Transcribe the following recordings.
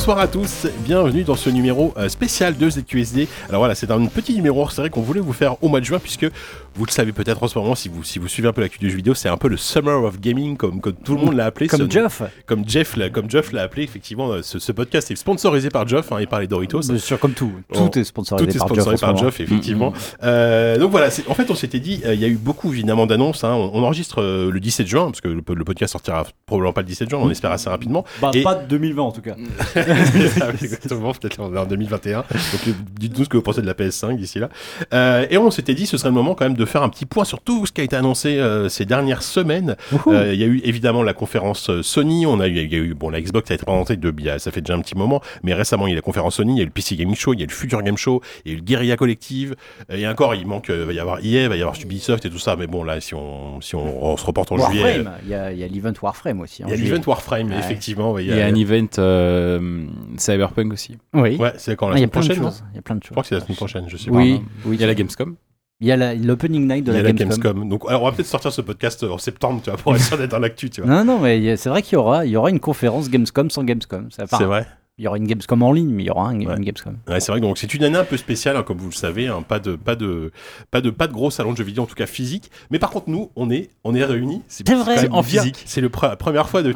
Bonsoir à tous, bienvenue dans ce numéro spécial de ZQSD. Alors voilà, c'est un petit numéro, c'est vrai qu'on voulait vous faire au mois de juin puisque vous le savez peut-être en ce moment, si vous suivez un peu l'actu du jeu vidéo, c'est un peu le Summer of Gaming comme tout le monde l'a appelé. Comme Geoff l'a appelé, effectivement, ce podcast est sponsorisé par Geoff et par les Doritos. Bien sûr, comme tout est sponsorisé par Geoff, effectivement. Donc voilà, en fait on s'était dit, il y a eu beaucoup évidemment d'annonces, on enregistre le 17 juin, parce que le podcast sortira probablement pas le 17 juin, on espère assez rapidement. Pas de 2020 en tout cas. Exactement, peut-être en 2021. Donc dites-nous ce que vous pensez de la PS5 d'ici là. Et on s'était dit ce serait le moment quand même de faire un petit point sur tout ce qui a été annoncé ces dernières semaines. Il y a eu évidemment la conférence Sony, il y a eu la Xbox a été présentée ça fait déjà un petit moment, mais récemment il y a la conférence Sony, il y a eu le PC Gaming Show, il y a eu le Future Game Show, il y a eu le Guerrilla Collective, et encore il manque, va y avoir EA, va y avoir Ubisoft et tout ça, mais bon là si on se reporte en Warframe, juillet. Il y a l'event Warframe aussi. Il y a l'event Warframe, effectivement. Il y a un event Cyberpunk aussi. Oui. Ouais, c'est quand la semaine prochaine. Il y a plein de choses. Je crois que c'est la semaine prochaine, je sais pas. Oui, il y a la Gamescom. Il y a l'opening night de la Gamescom. Donc, alors, on va peut-être sortir ce podcast en septembre, tu vois, pour être sûr d'être dans l'actu, tu vois. Non, mais c'est vrai qu'il y aura une conférence Gamescom sans Gamescom. C'est vrai. Il y aura une Gamescom en ligne, mais il y aura une Gamescom. Ouais, c'est vrai que donc c'est une année un peu spéciale, comme vous le savez, pas de gros salon de jeux vidéo, en tout cas physique. Mais par contre, nous, on est réunis. C'est vrai, en physique. C'est la première fois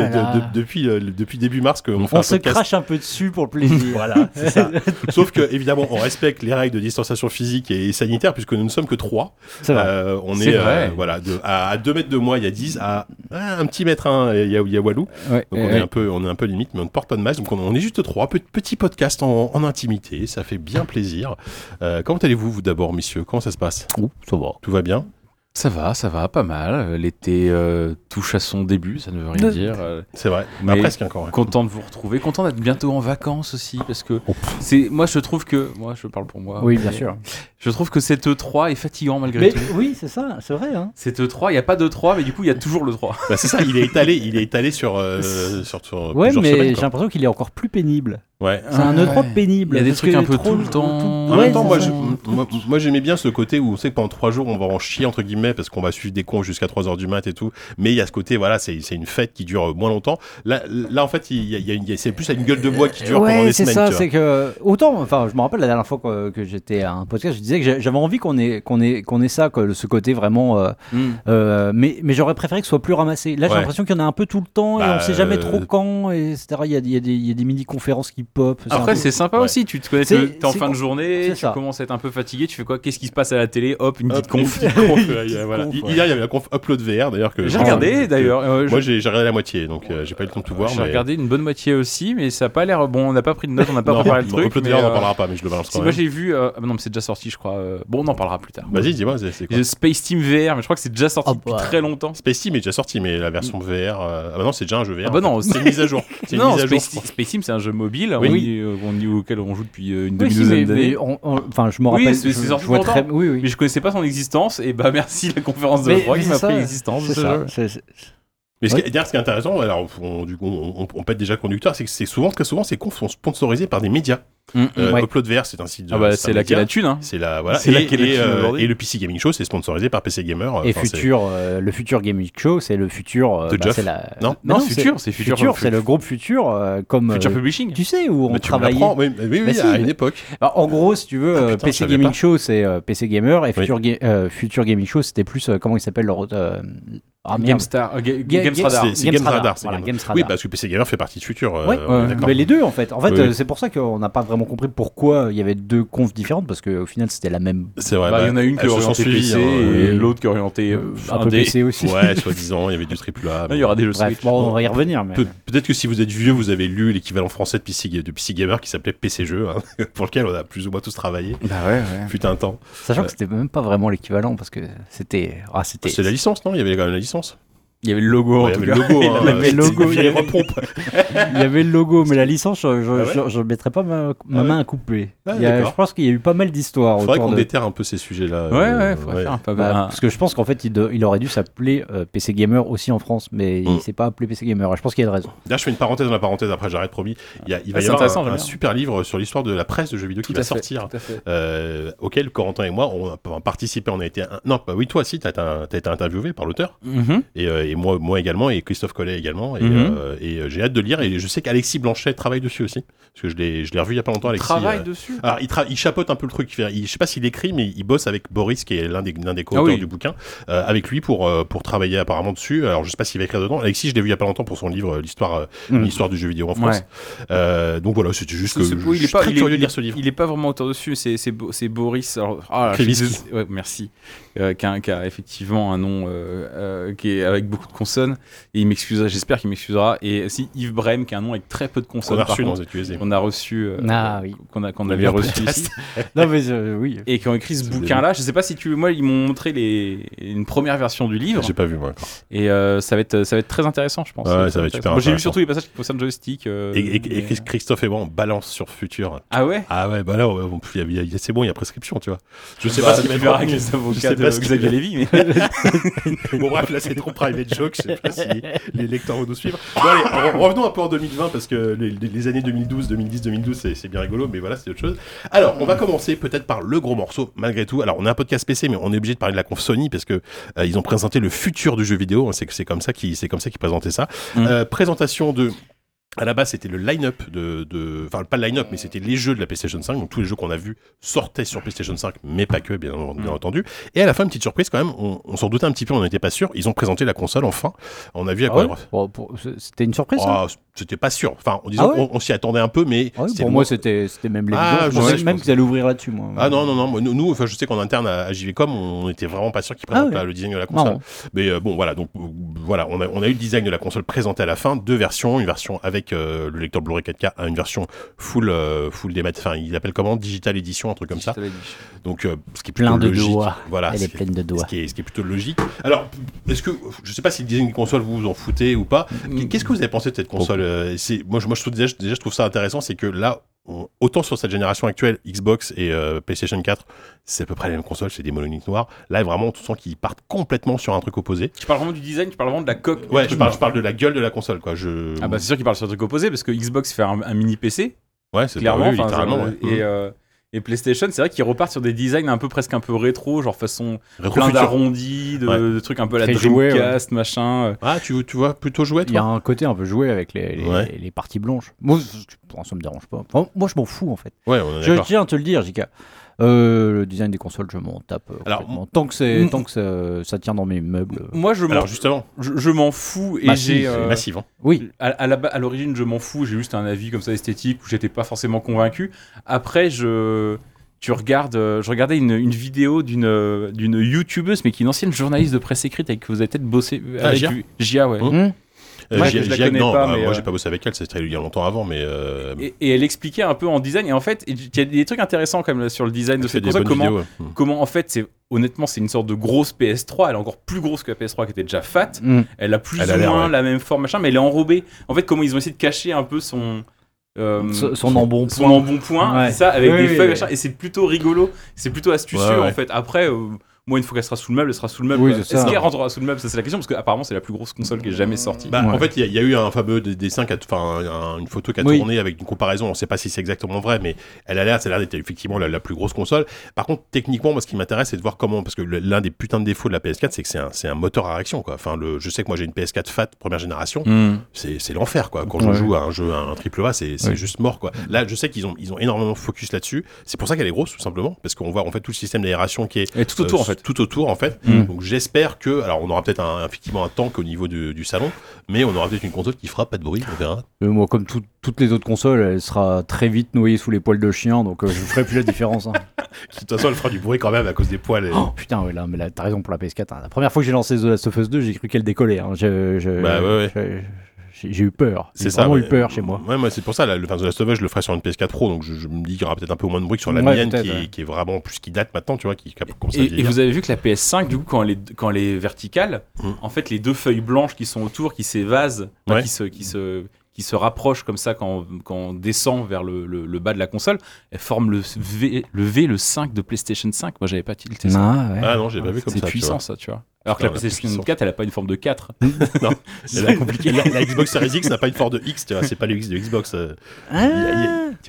depuis début mars qu'on fait un podcast. On se crache un peu dessus pour le plaisir. Voilà, c'est ça. Sauf que évidemment, on respecte les règles de distanciation physique et sanitaire puisque nous ne sommes que 3. C'est vrai. On est à 2 mètres de moi, il y a 10, à un petit mètre, il y a Walou. Ouais, donc on est un peu limite, mais on ne porte pas de masque. Donc on est juste 3, petit podcast en intimité, ça fait bien plaisir. Comment allez-vous, vous d'abord, messieurs? Comment ça se passe? Ça va. Tout va bien? Ça va, pas mal. L'été touche à son début, ça ne veut rien dire. C'est vrai, mais presque encore. Content de vous retrouver, content d'être bientôt en vacances aussi, parce que je parle pour moi. Oui, bien sûr. Je trouve que cette E3 est fatigant malgré tout. Oui, c'est ça, c'est vrai. Hein. Cette E3, il n'y a pas d'E3, mais du coup, il y a toujours l'E3. Bah, c'est ça, il est étalé sur ouais, mais semaines, j'ai l'impression qu'il est encore plus pénible. Ouais. C'est un E3 pénible. Il y a des trucs un peu tout le temps. En même temps, moi j'aimais bien ce côté où on sait que pendant 3 jours on va en chier entre guillemets parce qu'on va suivre des cons jusqu'à 3h du mat et tout. Mais il y a ce côté, voilà, c'est une fête qui dure moins longtemps. Là en fait, c'est plus à une gueule de bois qui dure pendant des semaines. C'est ça, c'est que autant, je me rappelle la dernière fois que j'étais à un podcast, je disais que j'avais envie qu'on ait ça, ce côté vraiment. Mais j'aurais préféré que ce soit plus ramassé. Là, j'ai l'impression qu'il y en a un peu tout le temps et on sait jamais trop quand, etc. Il y a des mini-conférences qui pop. Après, c'est sympa aussi. Tu te connais, t'es en fin de journée, tu commences à être un peu fatigué, tu fais quoi? Qu'est-ce qui se passe à la télé? Hop, une petite conf. Voilà. Hier, il y avait la conf Upload VR d'ailleurs. J'ai regardé d'ailleurs. Moi, j'ai regardé la moitié, donc j'ai pas eu le temps de tout voir. J'ai regardé une bonne moitié aussi, mais ça a pas l'air. Bon, on n'a pas pris de notes, on n'a pas préparé le truc. Upload VR, on n'en parlera pas, mais je le balance quand même. Moi, j'ai vu. Non, mais c'est déjà sorti, je crois. Bon, on en parlera plus tard. Vas-y, dis-moi, c'est quoi? Space Team VR, mais je crois que c'est déjà sorti depuis très longtemps. Space Team est déjà sorti, mais la version VR. Ah bah non, c'est déjà un jeu VR. Ah bah non, c'est une mise à jour. Non, Space Team, c'est un jeu mobile auquel on joue depuis une demi-douzaine d'années. Enfin, je me rappelle. Oui, c'est sorti longtemps. Mais je connaissais pas son existence. Et bah merci la conférence de l'E3 qui m'a appris l'existence de ce jeu. Mais ce qui est intéressant, alors on pète déjà le conducteur, c'est que très souvent ces confs sont sponsorisés par des médias. Upload VR, c'est un site de. C'est là qu'est la thune. Hein. C'est là, voilà. Et le PC Gaming Show, c'est sponsorisé par PC Gamer. Et le Future Gaming Show, c'est le futur. De Geoff. Non, c'est Future, c'est le groupe Future comme. Future Publishing. Tu sais où on travaillait. Oui, à une époque. Alors, en gros, si tu veux, PC Gaming Show, c'est PC Gamer et Future Gaming Show, c'était plus comment il s'appelle leur. GameStar, c'est GamesRadar. GamesRadar. Oui, parce que PC Gamer fait partie de Future. Mais les deux, en fait. C'est pour ça qu'on n'a pas vraiment compris pourquoi il y avait deux confs différentes, parce qu'au final, c'était la même. C'est vrai. Il y en a une qui est orientée PC et l'autre qui est orientée un peu PC aussi. Ouais, soi-disant, il y avait du AAA. Il y aura des jeux Switch. On va y revenir. Peut-être que si vous êtes vieux, vous avez lu l'équivalent français de PC Gamer qui s'appelait PC Jeux, pour lequel on a plus ou moins tous travaillé. Bah ouais. Fut un temps. Sachant que c'était même pas vraiment l'équivalent, parce que c'était. C'est la licence, non? Il y avait quand même la licence. Il y avait le logo, il y avait le logo, il y avait le logo, mais la licence, je mettrais pas ma main à couper. Je pense qu'il y a eu pas mal d'histoires. Faudrait qu'on déterre un peu ces sujets-là. Ouais, faudrait faire un peu. Parce que je pense qu'en fait, il aurait dû s'appeler PC Gamer aussi en France, mais il s'est pas appelé PC Gamer. Je pense qu'il y a de raison. Là, je fais une parenthèse dans la parenthèse, après j'arrête, promis. Il va y avoir un super livre sur l'histoire de la presse de jeux vidéo qui va sortir, auquel Corentin et moi on a participé. On a été. Non, bah oui, toi aussi, t'as été interviewé par l'auteur. Et et moi également, et Christophe Collet également, et j'ai hâte de le lire, et je sais qu'Alexis Blanchet travaille dessus aussi, parce que je l'ai revu il y a pas longtemps. Alexis travaille dessus. Alors il chapeaute un peu le truc, je sais pas s'il écrit, mais il bosse avec Boris, qui est l'un des co-auteurs du bouquin, avec lui pour travailler apparemment dessus. Alors je sais pas s'il va écrire dedans. Alexis, je l'ai vu il y a pas longtemps pour son livre l'histoire du jeu vidéo en France. Donc voilà, c'était juste que je suis très curieux de lire ce livre. Il est pas vraiment auteur dessus, c'est Boris. Ouais, merci. Qui a effectivement un nom qui est avec beaucoup de consonnes, et il m'excusera, j'espère qu'il m'excusera. Et si Yves Brem, qui a un nom avec très peu de consonnes, qu'on a reçu qu'on avait reçu ici. Non mais oui. Et qui ont écrit ce bouquin-là. Je sais pas si moi ils m'ont montré une première version du livre. J'ai pas vu moi encore. Et ça va être très intéressant, je pense. Ouais, ça va être super. Moi j'ai lu surtout les passages qui concernent joystick. Et Christophe et moi on balance sur Futur. Ah ouais. Ah ouais, bah là c'est bon, il y a prescription, tu vois. Je sais pas ce qu'il va faire avec les avocats de Xavier Lévy, mais bon bref, là c'est trop private joke, je sais pas si les lecteurs vont nous suivre. Bon allez, revenons un peu en 2020, parce que les années 2012, 2010, 2012 c'est bien rigolo, mais voilà, c'est autre chose. Alors on va commencer peut-être par le gros morceau malgré tout. Alors on a un podcast PC, mais on est obligé de parler de la conf Sony, parce que ils ont présenté le futur du jeu vidéo. C'est comme ça qu'ils présentaient ça. Présentation de... À la base, c'était le line-up enfin, pas le line-up, mais c'était les jeux de la PlayStation 5. Donc, tous les jeux qu'on a vus sortaient sur PlayStation 5, mais pas que, bien entendu. Et à la fin, une petite surprise quand même, on s'en doutait un petit peu, on n'était pas sûr. Ils ont présenté la console enfin. On a vu à quoi c'était une surprise, ça c'était pas sûr. Enfin, en disant on s'y attendait un peu, mais pour moi, c'était même les je pensais même qu'ils allaient ouvrir là-dessus, moi. Ah non. Nous, enfin, je sais qu'en interne à JVcom, on était vraiment pas sûr qu'ils présentent le design de la console. Mais bon, voilà. Donc, voilà, on a eu le design de la console présenté à la fin. Deux versions. Une version avec le lecteur Blu-ray 4K, une version full démat, enfin il appelle comment, Digital Edition, un truc comme ça. Donc ce qui est plutôt logique. Voilà, elle est pleine de doigts. Ce qui est plutôt logique. Alors, est-ce que je sais pas si le design de console vous en foutez ou pas. Qu'est-ce que vous avez pensé de cette console? Moi je trouve je trouve ça intéressant, c'est que là autant sur cette génération actuelle, Xbox et PlayStation 4, c'est à peu près les mêmes consoles, c'est des monolithes noirs. Là, vraiment, tu sens qu'ils partent complètement sur un truc opposé. Tu parles vraiment du design, tu parles vraiment de la coque. Ouais, je parle de la gueule de la console, quoi. Ah bah c'est sûr qu'ils parlent sur un truc opposé, parce que Xbox fait un mini PC. Ouais, c'est clairement, littéralement. Et PlayStation, c'est vrai qu'ils repartent sur des designs presque un peu rétro, genre façon plein d'arrondis, de trucs un peu à la Dreamcast, machin. Ah, tu vois plutôt jouet, toi? Il y a un côté un peu jouet avec les parties blanches. Moi, ça me dérange pas. Enfin, moi, je m'en fous, en fait. Ouais, on est d'accord. Je tiens à te le dire, JK. Le design des consoles, je m'en tape. Tant que ça tient dans mes meubles. Moi, justement, je m'en fous, et c'est massif. Hein. Oui. À l'origine, je m'en fous. J'ai juste un avis comme ça esthétique où j'étais pas forcément convaincu. Après, je regardais une vidéo d'une youtubeuse, mais qui est une ancienne journaliste de presse écrite avec qui vous avez peut-être bossé avec Gia, ouais. Moi, je la connais pas, mais moi j'ai pas bossé avec elle, c'était il y a longtemps avant, mais et elle expliquait un peu en design, et en fait il y a des trucs intéressants quand même sur le design de cette console, comment en fait honnêtement c'est une sorte de grosse PS3, elle est encore plus grosse que la PS3 qui était déjà fat, elle a plus ou moins la même forme machin, mais elle est enrobée. En fait, comment ils ont essayé de cacher un peu son embonpoint, ça, avec des feuilles machin, et c'est plutôt rigolo, c'est plutôt astucieux en fait. Après moi, une fois qu'elle sera sous le meuble, elle sera sous le meuble. Oui, est-ce qu'elle rentrera sous le meuble? Ça, c'est la question, parce qu'apparemment, c'est la plus grosse console qui est jamais sortie. En fait, il y a eu un fameux dessin, une photo qui a tourné avec une comparaison. On ne sait pas si c'est exactement vrai, mais ça a l'air d'être effectivement la plus grosse console. Par contre, techniquement, moi, ce qui m'intéresse, c'est de voir comment, parce que l'un des putains de défauts de la PS4, c'est que c'est un moteur à réaction, quoi. Enfin, je sais que moi, j'ai une PS4 FAT première génération. C'est l'enfer, quoi. Quand je joue à un jeu, un AAA, c'est juste mort, quoi. Là, je sais qu'ils ont énormément focus là-dessus. C'est pour ça qu'elle est grosse, tout simplement, parce qu'on voit en fait tout le système d'aération qui est tout autour, en fait. Donc j'espère que, alors on aura peut-être effectivement un tank au niveau du salon, mais on aura peut-être une console qui fera pas de bruit, on verra. Moi, comme toutes les autres consoles, elle sera très vite noyée sous les poils de chien, donc je ferai plus la différence. De toute façon, elle fera du bruit quand même à cause des poils. Oh putain, ouais, là, mais là, t'as raison pour la PS4. La première fois que j'ai lancé The Last of Us 2, j'ai cru qu'elle décollait. J'ai eu peur. J'ai vraiment eu peur chez moi. Ouais, moi c'est pour ça. The Last of Us, je le ferai sur une PS4 Pro, donc je me dis qu'il y aura peut-être un peu moins de bruit que sur la mienne, qui est vraiment plus qui date maintenant, tu vois, qui commence à vieillir. Et vous avez vu que la PS5, du coup, quand elle est verticale, en fait, les deux feuilles blanches qui sont autour, qui s'évasent, qui se rapprochent comme ça quand on descend vers le bas de la console, elles forment le 5 de PlayStation 5. Moi, j'avais pas tilté ça. Ah non, j'ai pas vu comme ça. C'est puissant, ça, tu vois. Alors que la PlayStation 4, elle a pas une forme de 4. Non, c'est compliqué. La Xbox Series X n'a pas une forme de X, tu vois, c'est pas le X de Xbox. Tu vois.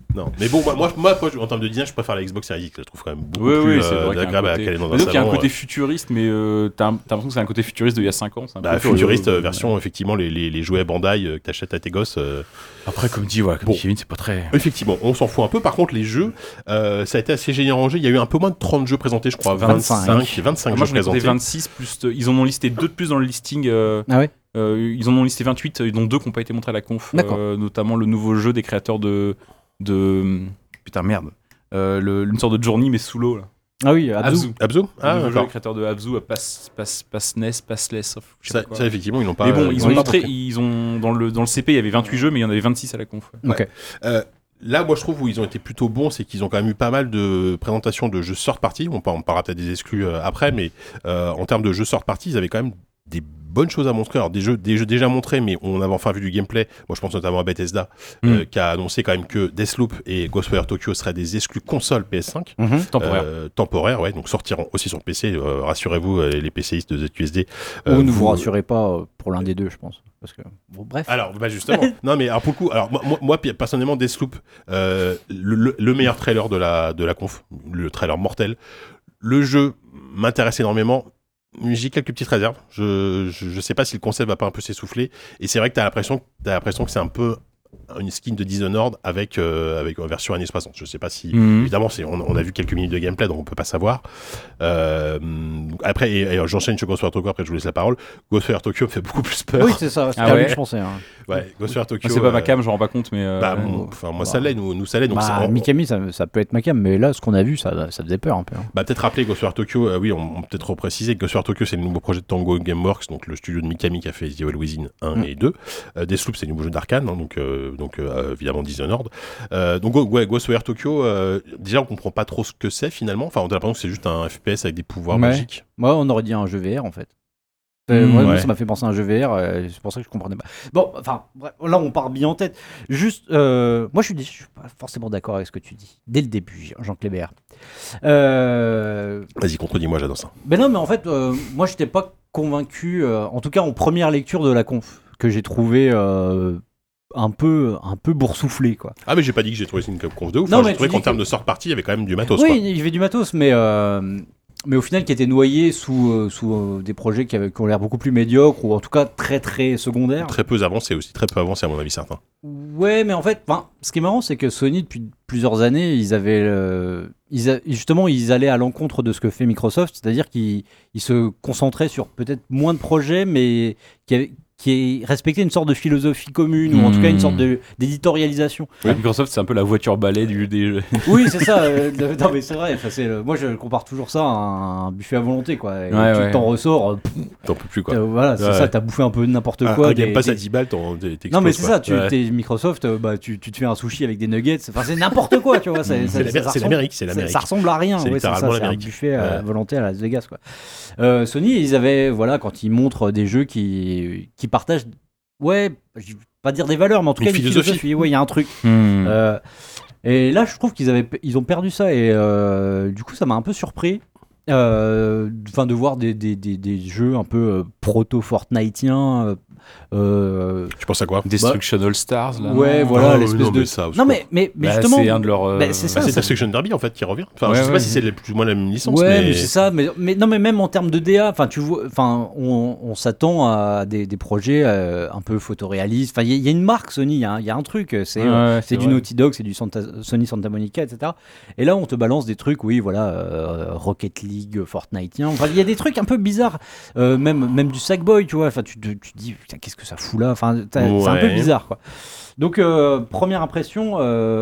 Non, mais bon, moi, en termes de design, je préfère la Xbox Series X. Je trouve quand même beaucoup plus agréable à caler dans un salon. Il y a un côté futuriste, mais t'as l'impression que c'est un côté futuriste d'il y a 5 ans. Futuriste, version effectivement les jouets Bandai que t'achètes à tes gosses. Après, comme dit, Kevin, c'est pas très. Effectivement, on s'en fout un peu. Par contre, les jeux, ça a été assez génial rangé. Il y a eu un peu moins de 30 jeux présentés, je crois. 25 jeux présentés. 26 plus. Ils en ont listé 2 de plus dans le listing. Ah ouais. Ils en ont listé 28, dont 2 qui n'ont pas été montrés à la conf. Notamment le nouveau jeu des créateurs de putain merde, une sorte de Journey mais sous l'eau là. Ah oui, Abzu. Ah, le créateur de Abzu, Passless. Ça effectivement ils n'ont pas. Mais bon, ils ont montré, ils ont dans le CP il y avait 28 jeux mais il y en avait 26 à la conf. Ouais. Ok. Là, moi, je trouve où ils ont été plutôt bons, c'est qu'ils ont quand même eu pas mal de présentations de jeux third party. On parlera peut-être des exclus après, mais en termes de jeux third party, ils avaient quand même des bonnes choses à montrer. Alors des jeux déjà montrrés, mais on avait enfin vu du gameplay. Moi, je pense notamment à Bethesda, qui a annoncé quand même que Deathloop et Ghostwire Tokyo seraient des exclus console PS5. Temporaires, ouais. Donc sortiront aussi sur PC. Rassurez-vous, les PCistes de ZQSD. Ou ne vous rassurez pas pour l'un des deux, je pense. Parce que bon, bref. Alors, justement. Non, mais alors pour le coup, alors moi personnellement, Deathloop, le meilleur trailer de la conf, le trailer mortel. Le jeu m'intéresse énormément. J'ai quelques petites réserves. Je sais pas si le concept va pas un peu s'essouffler. Et c'est vrai que t'as l'impression que c'est un peu une skin de Dishonored avec une version années 60. Je sais pas si évidemment on a vu quelques minutes de gameplay donc on peut pas savoir. Après et j'enchaîne sur Ghostwire Tokyo, après je vous laisse la parole. Ghostwire Tokyo me fait beaucoup plus peur. Oui, c'est ça, lui que je pensais. Ouais, Ghostwire Tokyo. C'est pas ma cam, je me rends pas compte mais moi ça l'est, nous ça l'est donc Mikami ça peut être ma cam mais là ce qu'on a vu ça faisait peur un peu. Peut-être rappeler Ghostwire Tokyo, oui, on peut peut-être repréciser que Ghostwire Tokyo c'est le nouveau projet de Tango Gameworks, donc le studio de Mikami qui a fait The Evil Within 1 et 2. Deathloop c'est le nouveau jeu d'Arkane, donc évidemment Dishonored. Donc Ghostwire Tokyo, déjà on comprend pas trop ce que c'est finalement. Enfin, on a l'impression que c'est juste un FPS avec des pouvoirs magiques. Moi, on aurait dit un jeu VR en fait. Moi, ça m'a fait penser à un jeu VR. C'est pour ça que je comprenais pas. Bon, enfin, bref, là on part bien en tête. Juste, moi je suis pas forcément d'accord avec ce que tu dis dès le début, Jean Clébert. Vas-y, contredis-moi, j'adore ça. Ben non, mais en fait, moi j'étais pas convaincu. En tout cas, en première lecture de la conf, que j'ai trouvé. Un peu boursouflé quoi. Ah mais j'ai pas dit que j'ai trouvé une conf de ouf. J'ai trouvé qu'en termes de sort partie il y avait quand même du matos. Oui, il y avait du matos mais au final qui était noyé sous des projets qui ont l'air beaucoup plus médiocres ou en tout cas très très secondaires. Très peu avancés aussi, très peu avancés à mon avis certains. Ouais mais en fait, ce qui est marrant c'est que Sony depuis plusieurs années ils avaient justement ils allaient à l'encontre de ce que fait Microsoft, c'est-à-dire qu'ils se concentraient sur peut-être moins de projets mais qui respectait une sorte de philosophie commune ou en tout cas une sorte d'éditorialisation. Ouais, Microsoft c'est un peu la voiture balai des Oui c'est ça, non mais c'est vrai, moi je compare toujours ça à un buffet à volonté quoi. Et tu t'en ressors, t'en peux plus quoi. Voilà c'est ça, t'as bouffé un peu n'importe quoi. Un Game Pass à 10 balles t'exploses. Non mais c'est ça, t'es Microsoft, tu te fais un sushi avec des nuggets, c'est n'importe quoi tu vois. C'est l'Amérique, ça ressemble à rien, c'est littéralement l'Amérique. C'est un buffet à volonté à Las Vegas quoi. Sony ils avaient, quand ils montrent des jeux qui partagent, je vais pas dire des valeurs, mais en tout cas une philosophie. Ouais, il y a un truc. Et là, je trouve ils ont perdu ça et du coup, ça m'a un peu surpris. De voir des jeux un peu proto-Fortnite'iens. Tu penses à quoi? Destruction All Stars là. Ouais, voilà l'espèce de. Ça, non mais justement. C'est un de leurs. C'est Destruction Derby en fait qui revient. Enfin, je sais pas si c'est plus ou moins la même licence. Ouais, mais c'est ça. Mais non, mais même en termes de DA, enfin, tu vois, on s'attend à des projets un peu photoréalistes. Enfin, il y a une marque Sony, il y a un truc. C'est du Naughty Dog, c'est du Sony Santa Monica, etc. Et là, on te balance des trucs, Rocket League, Fortniteien. Enfin, il y a des trucs un peu bizarres. Même du Sackboy, tu vois. Enfin, tu te dis, putain, qu'est-ce que ça fout là? Enfin, c'est un peu bizarre, quoi. Donc, première impression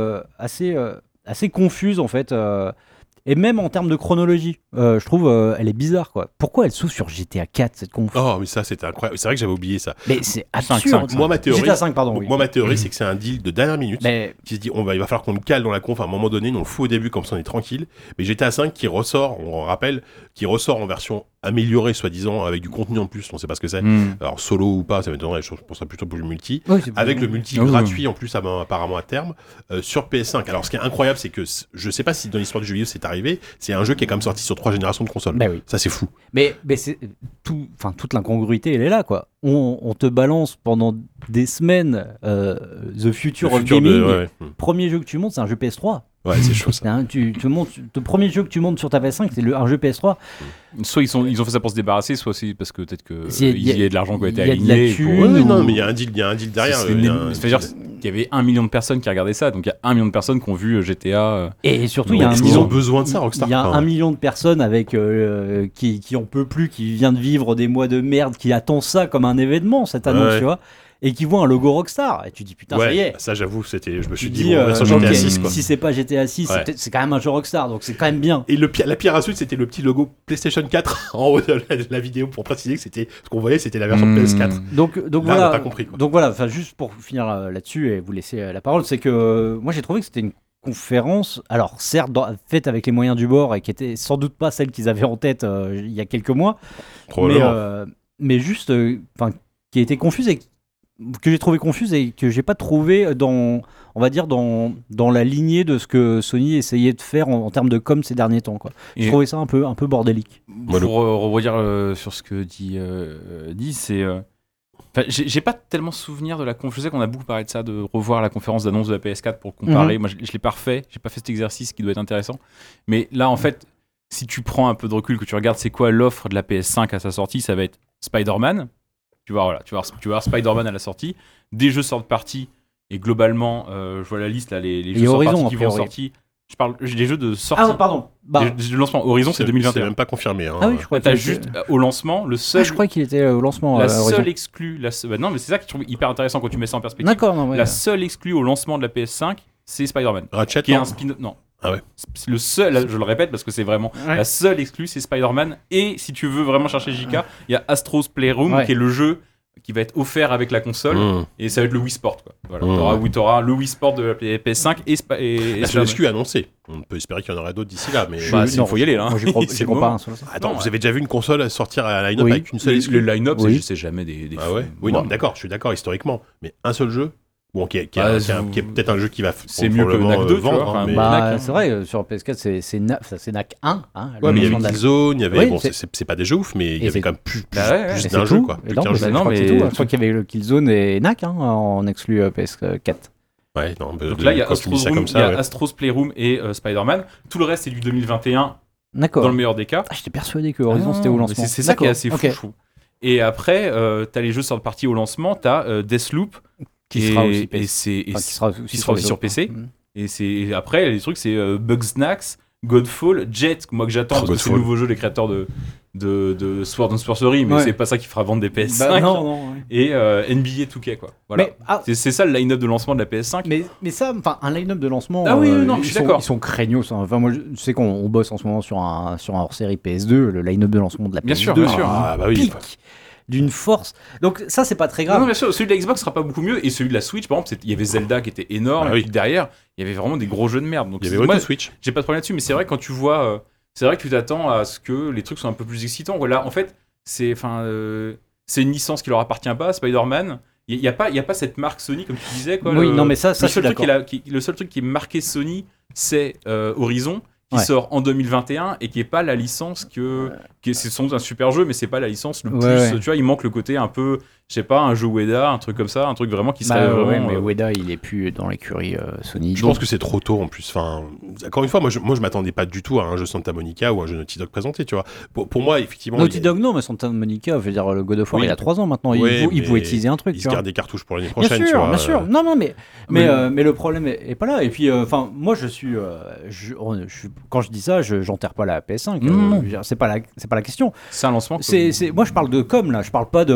assez confuse, en fait. Et même en termes de chronologie, je trouve elle est bizarre, quoi. Pourquoi elle s'ouvre sur GTA 4 cette conf? Oh, mais ça c'était incroyable. C'est vrai que j'avais oublié ça. Mais c'est absurde. Moi ma théorie, GTA 5, pardon. Moi ma théorie c'est que c'est un deal de dernière minute qui se dit il va falloir qu'on le cale dans la conf à un moment donné, on le fout au début comme ça on est tranquille. Mais GTA 5 qui ressort, on rappelle, en version améliorée soi-disant avec du contenu en plus, on sait pas ce que c'est. Alors solo ou pas, ça m'étonnerait, je penserais plutôt pour le multi. Oui, avec le multi gratuit en plus apparemment à terme sur PS5. Alors ce qui est incroyable c'est que je sais pas si dans l'histoire du jeu vidéo c'est arrivé arrivé, c'est un jeu qui est quand même sorti sur 3 générations de consoles. Bah oui. Ça, c'est fou. Mais c'est toute l'incongruité, elle est là, quoi. On te balance pendant des semaines The Future of Gaming. Premier jeu que tu montes, c'est un jeu PS3. Ouais, c'est chaud ça. Le premier jeu que tu montes sur ta PS5, c'est un jeu PS3. Soit ils ont fait ça pour se débarrasser, soit c'est parce que peut-être qu'il y a de l'argent qui a été aligné. Il y a de la thune. Non, mais il y a un deal derrière. C'est-à-dire qu'il y avait 1 million de personnes qui regardaient ça, donc il y a 1 million de personnes qui ont vu GTA. Et surtout, ils ont besoin de ça, Rockstar. Il y a 1 million de personnes avec qui en peut plus, qui vient de vivre des mois de merde, qui attend ça comme un événement, cette annonce, tu vois. Et qui voit un logo Rockstar et tu dis putain ça y est. Ça j'avoue je me suis dit dit GTA 6 quoi. Si c'est pas GTA 6 c'est quand même un jeu Rockstar donc c'est quand même bien. Et la pire insulte c'était le petit logo PlayStation 4 en haut de la vidéo pour préciser que c'était ce qu'on voyait c'était la version PS4. Donc là, voilà. On n'a pas compris, quoi. Donc voilà, enfin juste pour finir là-dessus et vous laisser la parole, c'est que moi j'ai trouvé que c'était une conférence, alors certes faite avec les moyens du bord et qui était sans doute pas celle qu'ils avaient en tête il y a quelques mois, mais juste qui a été confuse et que j'ai trouvé confuse et que j'ai pas trouvé dans la lignée de ce que Sony essayait de faire en termes de com ces derniers temps, quoi. Je trouvais ça un peu bordélique. Pour rebondir sur ce que dit c'est j'ai pas tellement souvenir de la conférence. Je sais qu'on a beaucoup parlé de ça, de revoir la conférence d'annonce de la PS4 pour comparer. Moi je l'ai pas refait, j'ai pas fait cet exercice qui doit être intéressant, mais là en fait si tu prends un peu de recul, que tu regardes c'est quoi l'offre de la PS5 à sa sortie, ça va être Spider-Man. Tu vas voir Spider-Man à la sortie, des jeux sortent partie, et globalement, je vois la liste, là, les jeux sortent partie qui vont sortir. Je parle des jeux de sortie. Ah, pardon. De lancement. Horizon, c'est 2021. C'est même pas confirmé. Hein. Ah oui, je crois. T'as juste au lancement, le seul. Je crois qu'il était au lancement. La seule exclue. Non, mais c'est ça que je trouve hyper intéressant quand tu mets ça en perspective. D'accord, non, ouais. La seule exclue au lancement de la PS5, c'est Spider-Man. Ratchet, qui est un spin-off. Non. Ah ouais. Le seul, je le répète parce que c'est vraiment la seule exclue, c'est Spider-Man. Et si tu veux vraiment chercher JK, il y a Astro's Playroom qui est le jeu qui va être offert avec la console et ça va être le Wii Sport, quoi. Voilà, t'auras le Wii Sport de la PS5 et c'est l'exclu annoncé. On peut espérer qu'il y en aura d'autres d'ici là, mais il faut y aller là. Moi, j'y crois pas. Attends, vous avez déjà vu une console sortir à line-up avec une seule exclu? Le line-up, c'est jamais des ah ouais. Oui, non, d'accord, je suis d'accord historiquement, mais un seul jeu. Bon, qui est peut-être un jeu qui va c'est mieux que NAC 2 vendre. C'est vrai, sur PS4 c'est NAC 1 ouais, mais il y avait Killzone, il y avait bon, c'est pas des jeux ouf, mais il y avait quand même plus d'un jeu, quoi. Je crois qu'il y avait le Killzone et NAC en exclu PS4. Ouais, non, donc là il y a Astro's Playroom et Spider-Man. Tout le reste c'est du 2021. D'accord. Dans le meilleur des cas. J'étais persuadé que Horizon c'était au lancement. C'est ça qui est assez fou. Et après t'as les jeux sortent partie au lancement, t'as Deathloop qui sera aussi sur PC. Et après, les trucs, c'est Bugsnax, Godfall, Jet, moi que j'attends, parce que c'est le nouveau jeu des créateurs de Sword and Sorcery, mais c'est pas ça qui fera vendre des PS5. Et NBA 2K, quoi. Voilà. C'est ça le line-up de lancement de la PS5. Mais ça, un line-up de lancement, je suis d'accord. Ils sont craignos. Enfin, moi, je sais qu'on bosse en ce moment sur un hors-série PS2, le line-up de lancement de la PS2. Bien sûr. Ah, bah oui. D'une force. Donc ça c'est pas très grave. Non, bien sûr, celui de la Xbox sera pas beaucoup mieux et celui de la Switch par exemple, il y avait Zelda qui était énorme et puis derrière, il y avait vraiment des gros jeux de merde. Donc il y avait Switch. J'ai pas de problème là-dessus, mais c'est vrai que quand tu vois c'est vrai que tu t'attends à ce que les trucs soient un peu plus excitants. Voilà, en fait, c'est une licence qui leur appartient pas, Spider-Man. Il y a pas cette marque Sony comme tu disais quoi. Oui, non mais ça je suis d'accord. Le seul truc qui est marqué Sony, c'est Horizon. Qui sort en 2021 et qui est pas la licence c'est sans doute un super jeu mais c'est pas la licence le plus tu vois il manque le côté un peu je sais pas un jeu Ueda un truc comme ça un truc vraiment qui serait vraiment mais Ueda il est plus dans l'écurie Sony je pense que c'est trop tôt en plus enfin encore une fois moi je m'attendais pas du tout à un jeu Santa Monica ou un jeu Naughty Dog présenté tu vois pour moi effectivement Naughty Dog non mais Santa Monica je veux dire le God of War il a 3 ans maintenant il pouvait teaser un truc il se garde des cartouches pour l'année prochaine bien sûr non mais le problème est pas là et puis enfin moi je suis quand je dis ça j'enterre pas la PS5 c'est pas la question c'est un lancement moi je parle de com là je parle pas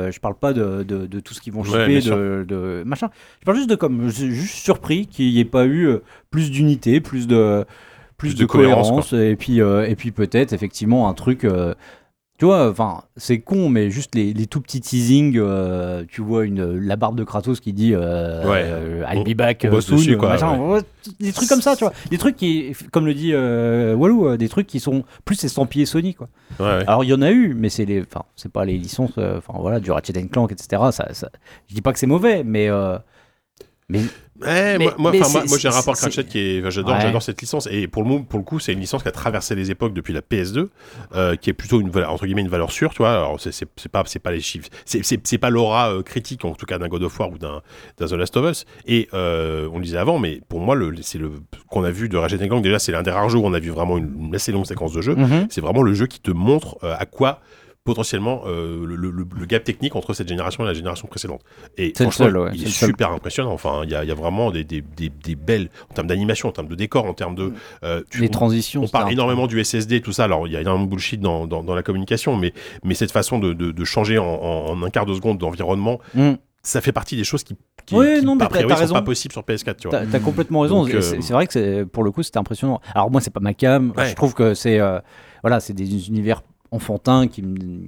de tout ce qu'ils vont shipper de machin je parle juste de com je suis juste surpris qu'il n'y ait pas eu plus d'unité plus de cohérence et puis peut-être effectivement un truc tu vois, enfin, c'est con, mais juste les tout petits teasings, tu vois la barbe de Kratos qui dit I'll be back soon, dessus, quoi, des trucs comme ça, tu vois, des trucs qui, comme le dit Walou, des trucs qui sont plus estampillés Sony, quoi. Alors il y en a eu, mais c'est pas les licences, du Ratchet & Clank, etc. Ça, je dis pas que c'est mauvais, mais Moi j'ai un rapport avec Ratchet qui est, j'adore cette licence, et pour le coup c'est une licence qui a traversé les époques depuis la PS2, qui est plutôt une valeur, entre guillemets, une valeur sûre, tu vois. Alors c'est pas les chiffres, c'est pas l'aura critique en tout cas d'un God of War ou d'un The Last of Us, et on le disait avant, mais pour moi c'est le qu'on a vu de Ratchet & Clank, déjà c'est l'un des rares jeux où on a vu vraiment une assez longue séquence de jeu. C'est vraiment le jeu qui te montre à quoi potentiellement le gap technique entre cette génération et la génération précédente. Et franchement, il est super impressionnant. Enfin, il y a vraiment des belles, en termes d'animation, en termes de décor, en termes de... les transitions. On parle énormément du SSD, tout ça. Alors, il y a énormément de bullshit dans la communication, mais cette façon de changer en un quart de seconde d'environnement, ça fait partie des choses qui a priori, sont pas possibles sur PS4. Tu vois. T'as complètement raison. Donc, c'est vrai que pour le coup, c'était impressionnant. Alors moi, c'est pas ma cam. Ouais. Je trouve que c'est des univers enfantin qui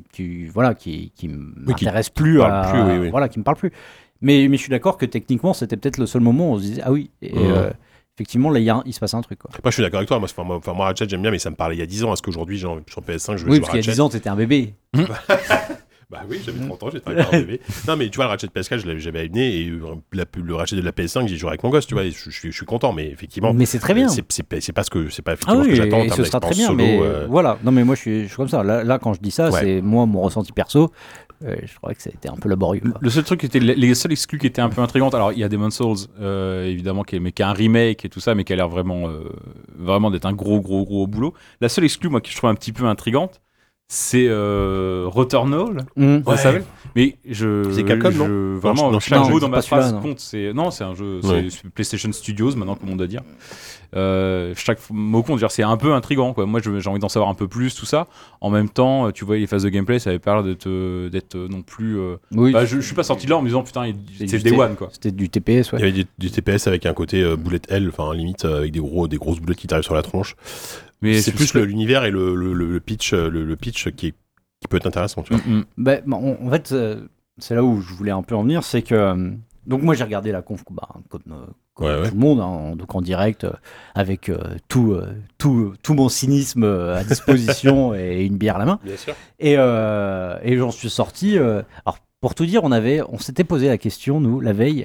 m'intéresse plus, qui me parle plus. Mais je suis d'accord que techniquement c'était peut-être le seul moment où on se disait effectivement là il se passe un truc, quoi. Moi je suis d'accord avec toi, moi Ratchet j'aime bien, mais ça me parlait il y a 10 ans. Est-ce qu'aujourd'hui sur PS5 je veux jouer à Ratchet? Oui, parce qu'il y a 10 ans t'étais un bébé. Bah oui, j'avais 30 ans, j'étais un bébé. Non, mais tu vois, le Ratchet de PS4, j'avais amené, et le Ratchet de la PS5, j'y joué avec mon gosse, tu vois, je suis content, mais effectivement. Mais c'est très bien. C'est pas effectivement ce que j'attends en termes d'expérience solo. Mais voilà, non, mais moi je suis comme ça. Là, quand je dis ça, c'est moi, mon ressenti perso. Je trouvais que ça a été un peu laborieux. Le seul truc qui était, les seuls exclus qui étaient un peu intrigantes, alors il y a Demon's Souls, évidemment, qui est un remake et tout ça, mais qui a l'air vraiment d'être un gros boulot. La seule exclue, moi, que je trouve un petit peu intrigante, c'est Returnal, ça s'appelle. Mais c'est Capcom, non? Vraiment, chaque mot dans ma phrase compte. C'est un jeu, c'est PlayStation Studios maintenant, comme on doit dire. Chaque mot compte. C'est un peu intriguant, quoi. Moi, j'ai envie d'en savoir un peu plus, tout ça. En même temps, tu vois, les phases de gameplay, ça avait pas l'air d'être non plus. Je suis pas sorti de là en me disant putain, c'est Day One, quoi. C'était du TPS, ouais. Il y avait du TPS avec un côté bullet hell, enfin limite avec des grosses boulettes qui t'arrivent sur la tronche. Mais c'est plus l'univers et le pitch qui peut être intéressant, tu vois. En fait, c'est là où je voulais un peu en venir, c'est que donc moi j'ai regardé la conf comme tout le monde, donc en direct, avec tout mon cynisme à disposition et une bière à la main. Bien sûr. Et j'en suis sorti. Alors pour tout dire, on s'était posé la question, nous, la veille,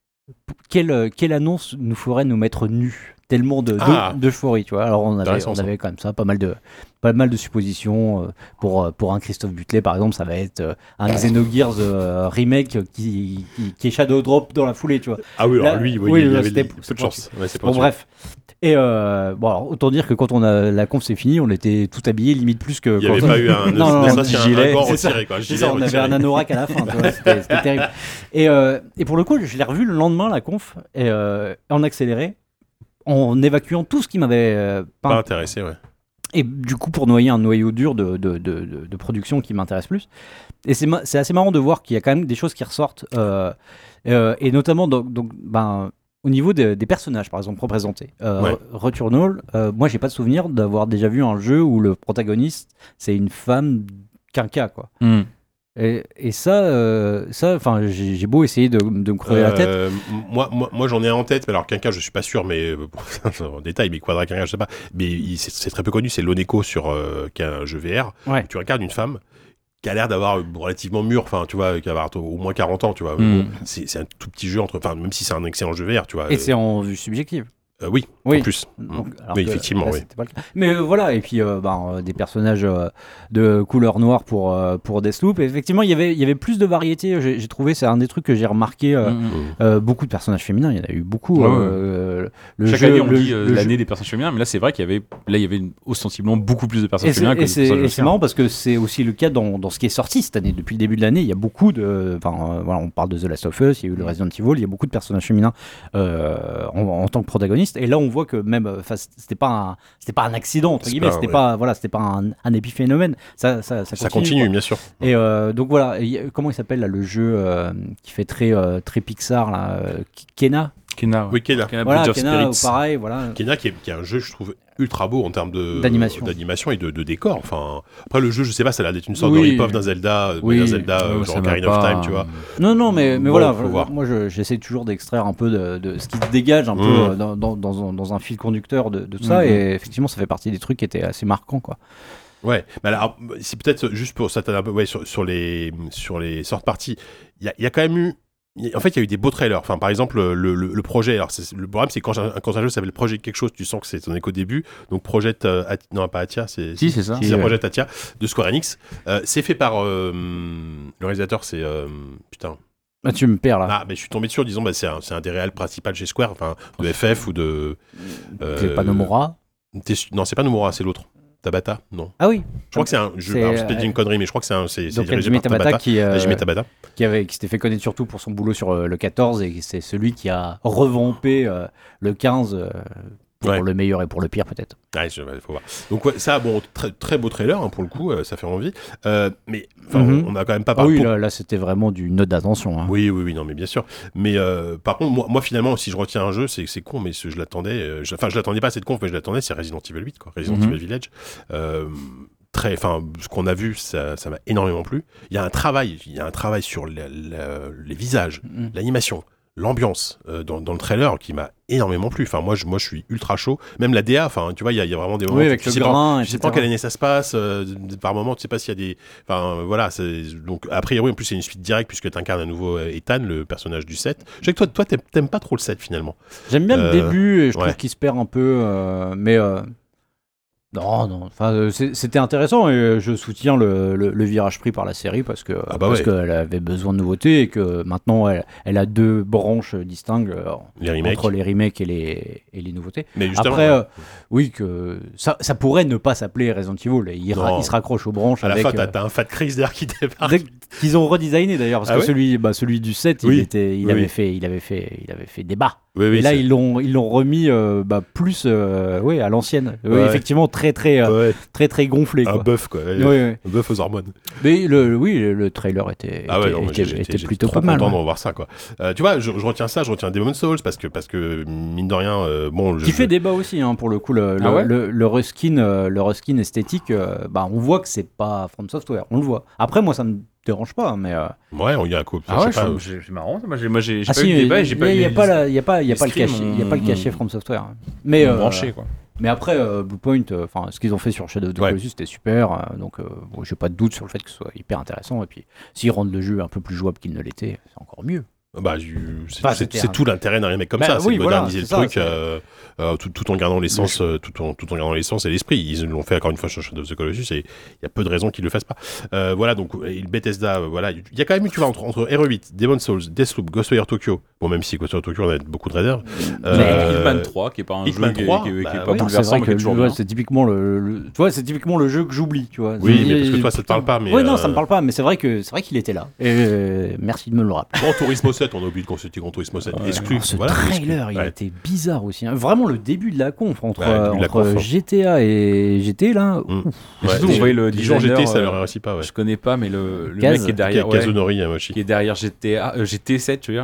quelle annonce nous ferait nous mettre nus, tellement d'euphorie, tu vois. Alors on avait quand même ça, pas mal de suppositions. Pour un Christophe Butler, par exemple, ça va être un Xenogears remake qui est Shadow Drop dans la foulée, tu vois. Ah oui, alors lui, il avait peu de chance. Bref. Et alors, autant dire que quand la conf s'est finie, on était tout habillés, limite plus que. Il n'y avait pas eu un gilet retiré, quoi. On avait un anorak à la fin, tu vois. C'était terrible. Et pour le coup, je l'ai revu le lendemain, la conf, en accéléré, en évacuant tout ce qui m'avait pas intéressé, ouais. Et du coup, pour noyer un noyau dur de production qui m'intéresse plus. Et c'est assez marrant de voir qu'il y a quand même des choses qui ressortent, et notamment au niveau des personnages, par exemple, représentés. Returnal, moi, j'ai pas de souvenir d'avoir déjà vu un jeu où le protagoniste, c'est une femme quinca, quoi. Et ça, j'ai beau essayer de me creuser la tête. Moi, j'en ai un en tête. Alors, quinca, je suis pas sûr, mais en détail, mais Quadra quinca, je sais pas. Mais c'est très peu connu. C'est Loneko qui est un jeu VR. Ouais. Tu regardes une femme qui a l'air d'avoir relativement mûr, enfin, tu vois, qui va avoir au moins 40 ans, tu vois. Bon, c'est un tout petit jeu même si c'est un excellent jeu VR, tu vois. Et c'est en vue subjective. Oui, en plus. Donc, oui, effectivement, oui. Pas le cas. Mais voilà, et puis des personnages de couleur noire pour Deathloop. Et effectivement, il y avait plus de variété. J'ai trouvé, c'est un des trucs que j'ai remarqué. Beaucoup de personnages féminins, il y en a eu beaucoup. Chaque année, on dit l'année des personnages féminins, mais là, c'est vrai qu'il y avait ostensiblement beaucoup plus de personnages féminins. Et c'est marrant parce que c'est aussi le cas dans ce qui est sorti cette année. Depuis le début de l'année, il y a beaucoup de. On parle de The Last of Us, il y a eu le Resident Evil, il y a beaucoup de personnages féminins en tant que protagonistes. Et là, on voit que même, c'était pas un accident entre guillemets, c'était pas un épiphénomène. Ça continue, bien sûr. Et donc voilà, comment il s'appelle là, le jeu qui fait très Pixar là, Kena. Oui, Kena. Voilà, Kena, pareil, voilà. Kena qui est un jeu, je trouve, ultra beau en termes d'animation et de décor. Enfin, après le jeu, je sais pas, ça a l'air d'être une sorte de rip-off d'un Zelda, genre Ocarina of Time, tu vois. Non, mais voilà, moi j'essaie toujours d'extraire un peu de ce qui se dégage un peu dans un fil conducteur de tout ça, et effectivement, ça fait partie des trucs qui étaient assez marquants, quoi. Ouais, mais alors, c'est peut-être juste pour s'attarder un peu sur les sortes parties. Il y a quand même eu En fait, il y a eu des beaux trailers. Enfin, par exemple, le projet. Alors, le problème, c'est quand un jeu s'appelle Projet quelque chose, tu sens que c'est on est qu'au début. Donc, non, pas Atia, c'est ça. C'est Project Atia de Square Enix. C'est fait par le réalisateur, c'est putain. Ah, tu me perds là. Ah, mais je suis tombé dessus en disant, c'est un des réals principaux chez Square, enfin, de FF ou de. C'est pas Nomura. Non, c'est pas Nomura, c'est l'autre. Tabata, non. Ah oui. Je crois que c'est un jeu. Alors, c'est peut-être une connerie, mais je crois que c'est Hajime Tabata qui s'était fait connaître surtout pour son boulot sur le 14 et c'est celui qui a revampé le 15 pour le meilleur et pour le pire peut-être. Ouais, faut voir. Donc ça, bon, très beau trailer pour le coup, ça fait envie. Mais on a quand même pas parlé. Ah oui, là c'était vraiment du note d'attention. Hein. Oui, non, mais bien sûr. Mais par contre, moi finalement, si je retiens un jeu, c'est con, mais je l'attendais. Je l'attendais pas à cette conf, mais je l'attendais. C'est Resident Evil 8, quoi. Resident Evil Village. Ce qu'on a vu, ça m'a énormément plu. Il y a un travail sur les visages, l'animation, l'ambiance dans le trailer qui m'a énormément plu. Enfin, moi je suis ultra chaud. Même la DA, enfin, tu vois, il y a vraiment des moments. Oui, avec le grain. Je sais pas quelle année ça se passe. Par moment, tu sais pas s'il y a des. Enfin, voilà. Donc, a priori, en plus, c'est une suite directe puisque tu incarnes à nouveau Ethan, le personnage du 7. Je sais que toi, t'aimes pas trop le 7 finalement. J'aime bien le début et je trouve qu'il se perd un peu. Mais. Non, enfin, c'était intéressant et je soutiens le virage pris par la série parce qu'elle avait besoin de nouveautés et que maintenant elle a deux branches distinctes entre les remakes et les nouveautés. Mais après, oui, que ça pourrait ne pas s'appeler Resident Evil. Il se raccroche aux branches. À la fin, t'as un Fat Chris derrière qui débarque. Qu'ils ont redesigné d'ailleurs parce que celui du 7, il avait fait débat. Oui, et là, ils l'ont remis plus à l'ancienne. Oui, effectivement, très gonflé. Un bœuf, quoi. Un bœuf aux hormones. Mais le trailer était plutôt pas mal. Je suis content de revoir ça, quoi. Tu vois, je retiens ça, je retiens Demon's Souls parce que mine de rien, qui fait débat aussi, hein, pour le coup, le reskin esthétique. On voit que c'est pas From Software. On le voit. Après, moi, ça me dérange pas, mais ouais, on y a un coup. C'est marrant. Moi, j'ai pas eu le débat et j'ai pas eu. Il y a pas le cachet From Software. Mais branché, quoi. Mais après, Bluepoint, ce qu'ils ont fait sur Shadow of the Colossus, c'était super. Donc, j'ai pas de doute sur le fait que ce soit hyper intéressant. Et puis, s'ils rendent le jeu un peu plus jouable qu'il ne l'était, c'est encore mieux. C'est tout l'intérêt d'un remake comme ça, c'est de moderniser le truc tout en gardant l'essence, tout en gardant l'essence et l'esprit. Ils l'ont fait encore une fois sur Shadow of the Colossus et il y a peu de raisons qu'ils le fassent pas. Voilà, donc et Bethesda, voilà, il y a quand même eu, tu vois, entre RE8, Demon's Souls, Deathloop, Ghostwire Tokyo. Bon, même si Ghostwire Tokyo, on a beaucoup de raiders. Hitman 3, qui est pas un jeu qui est pas bouleversant, mais qui est toujours bien. C'est typiquement tu vois, c'est typiquement le jeu que j'oublie, tu vois. Oui, mais parce que toi, ça te parle pas, mais. Oui, non, ça me parle pas, mais c'est vrai qu'il était là. Et merci de me le rappeler. Gran Turismo 7, on a oublié de consulter Gran Turismo 7 exclu. Ce trailer, il était bizarre aussi. Vraiment le début de la conf entre GTA et GT là. Surtout, on voyait le Dijon GT, ça leur réussit pas. Je connais pas, mais le mec qui est derrière. Kazunori Yamamochi. Qui est derrière GT7, tu vois.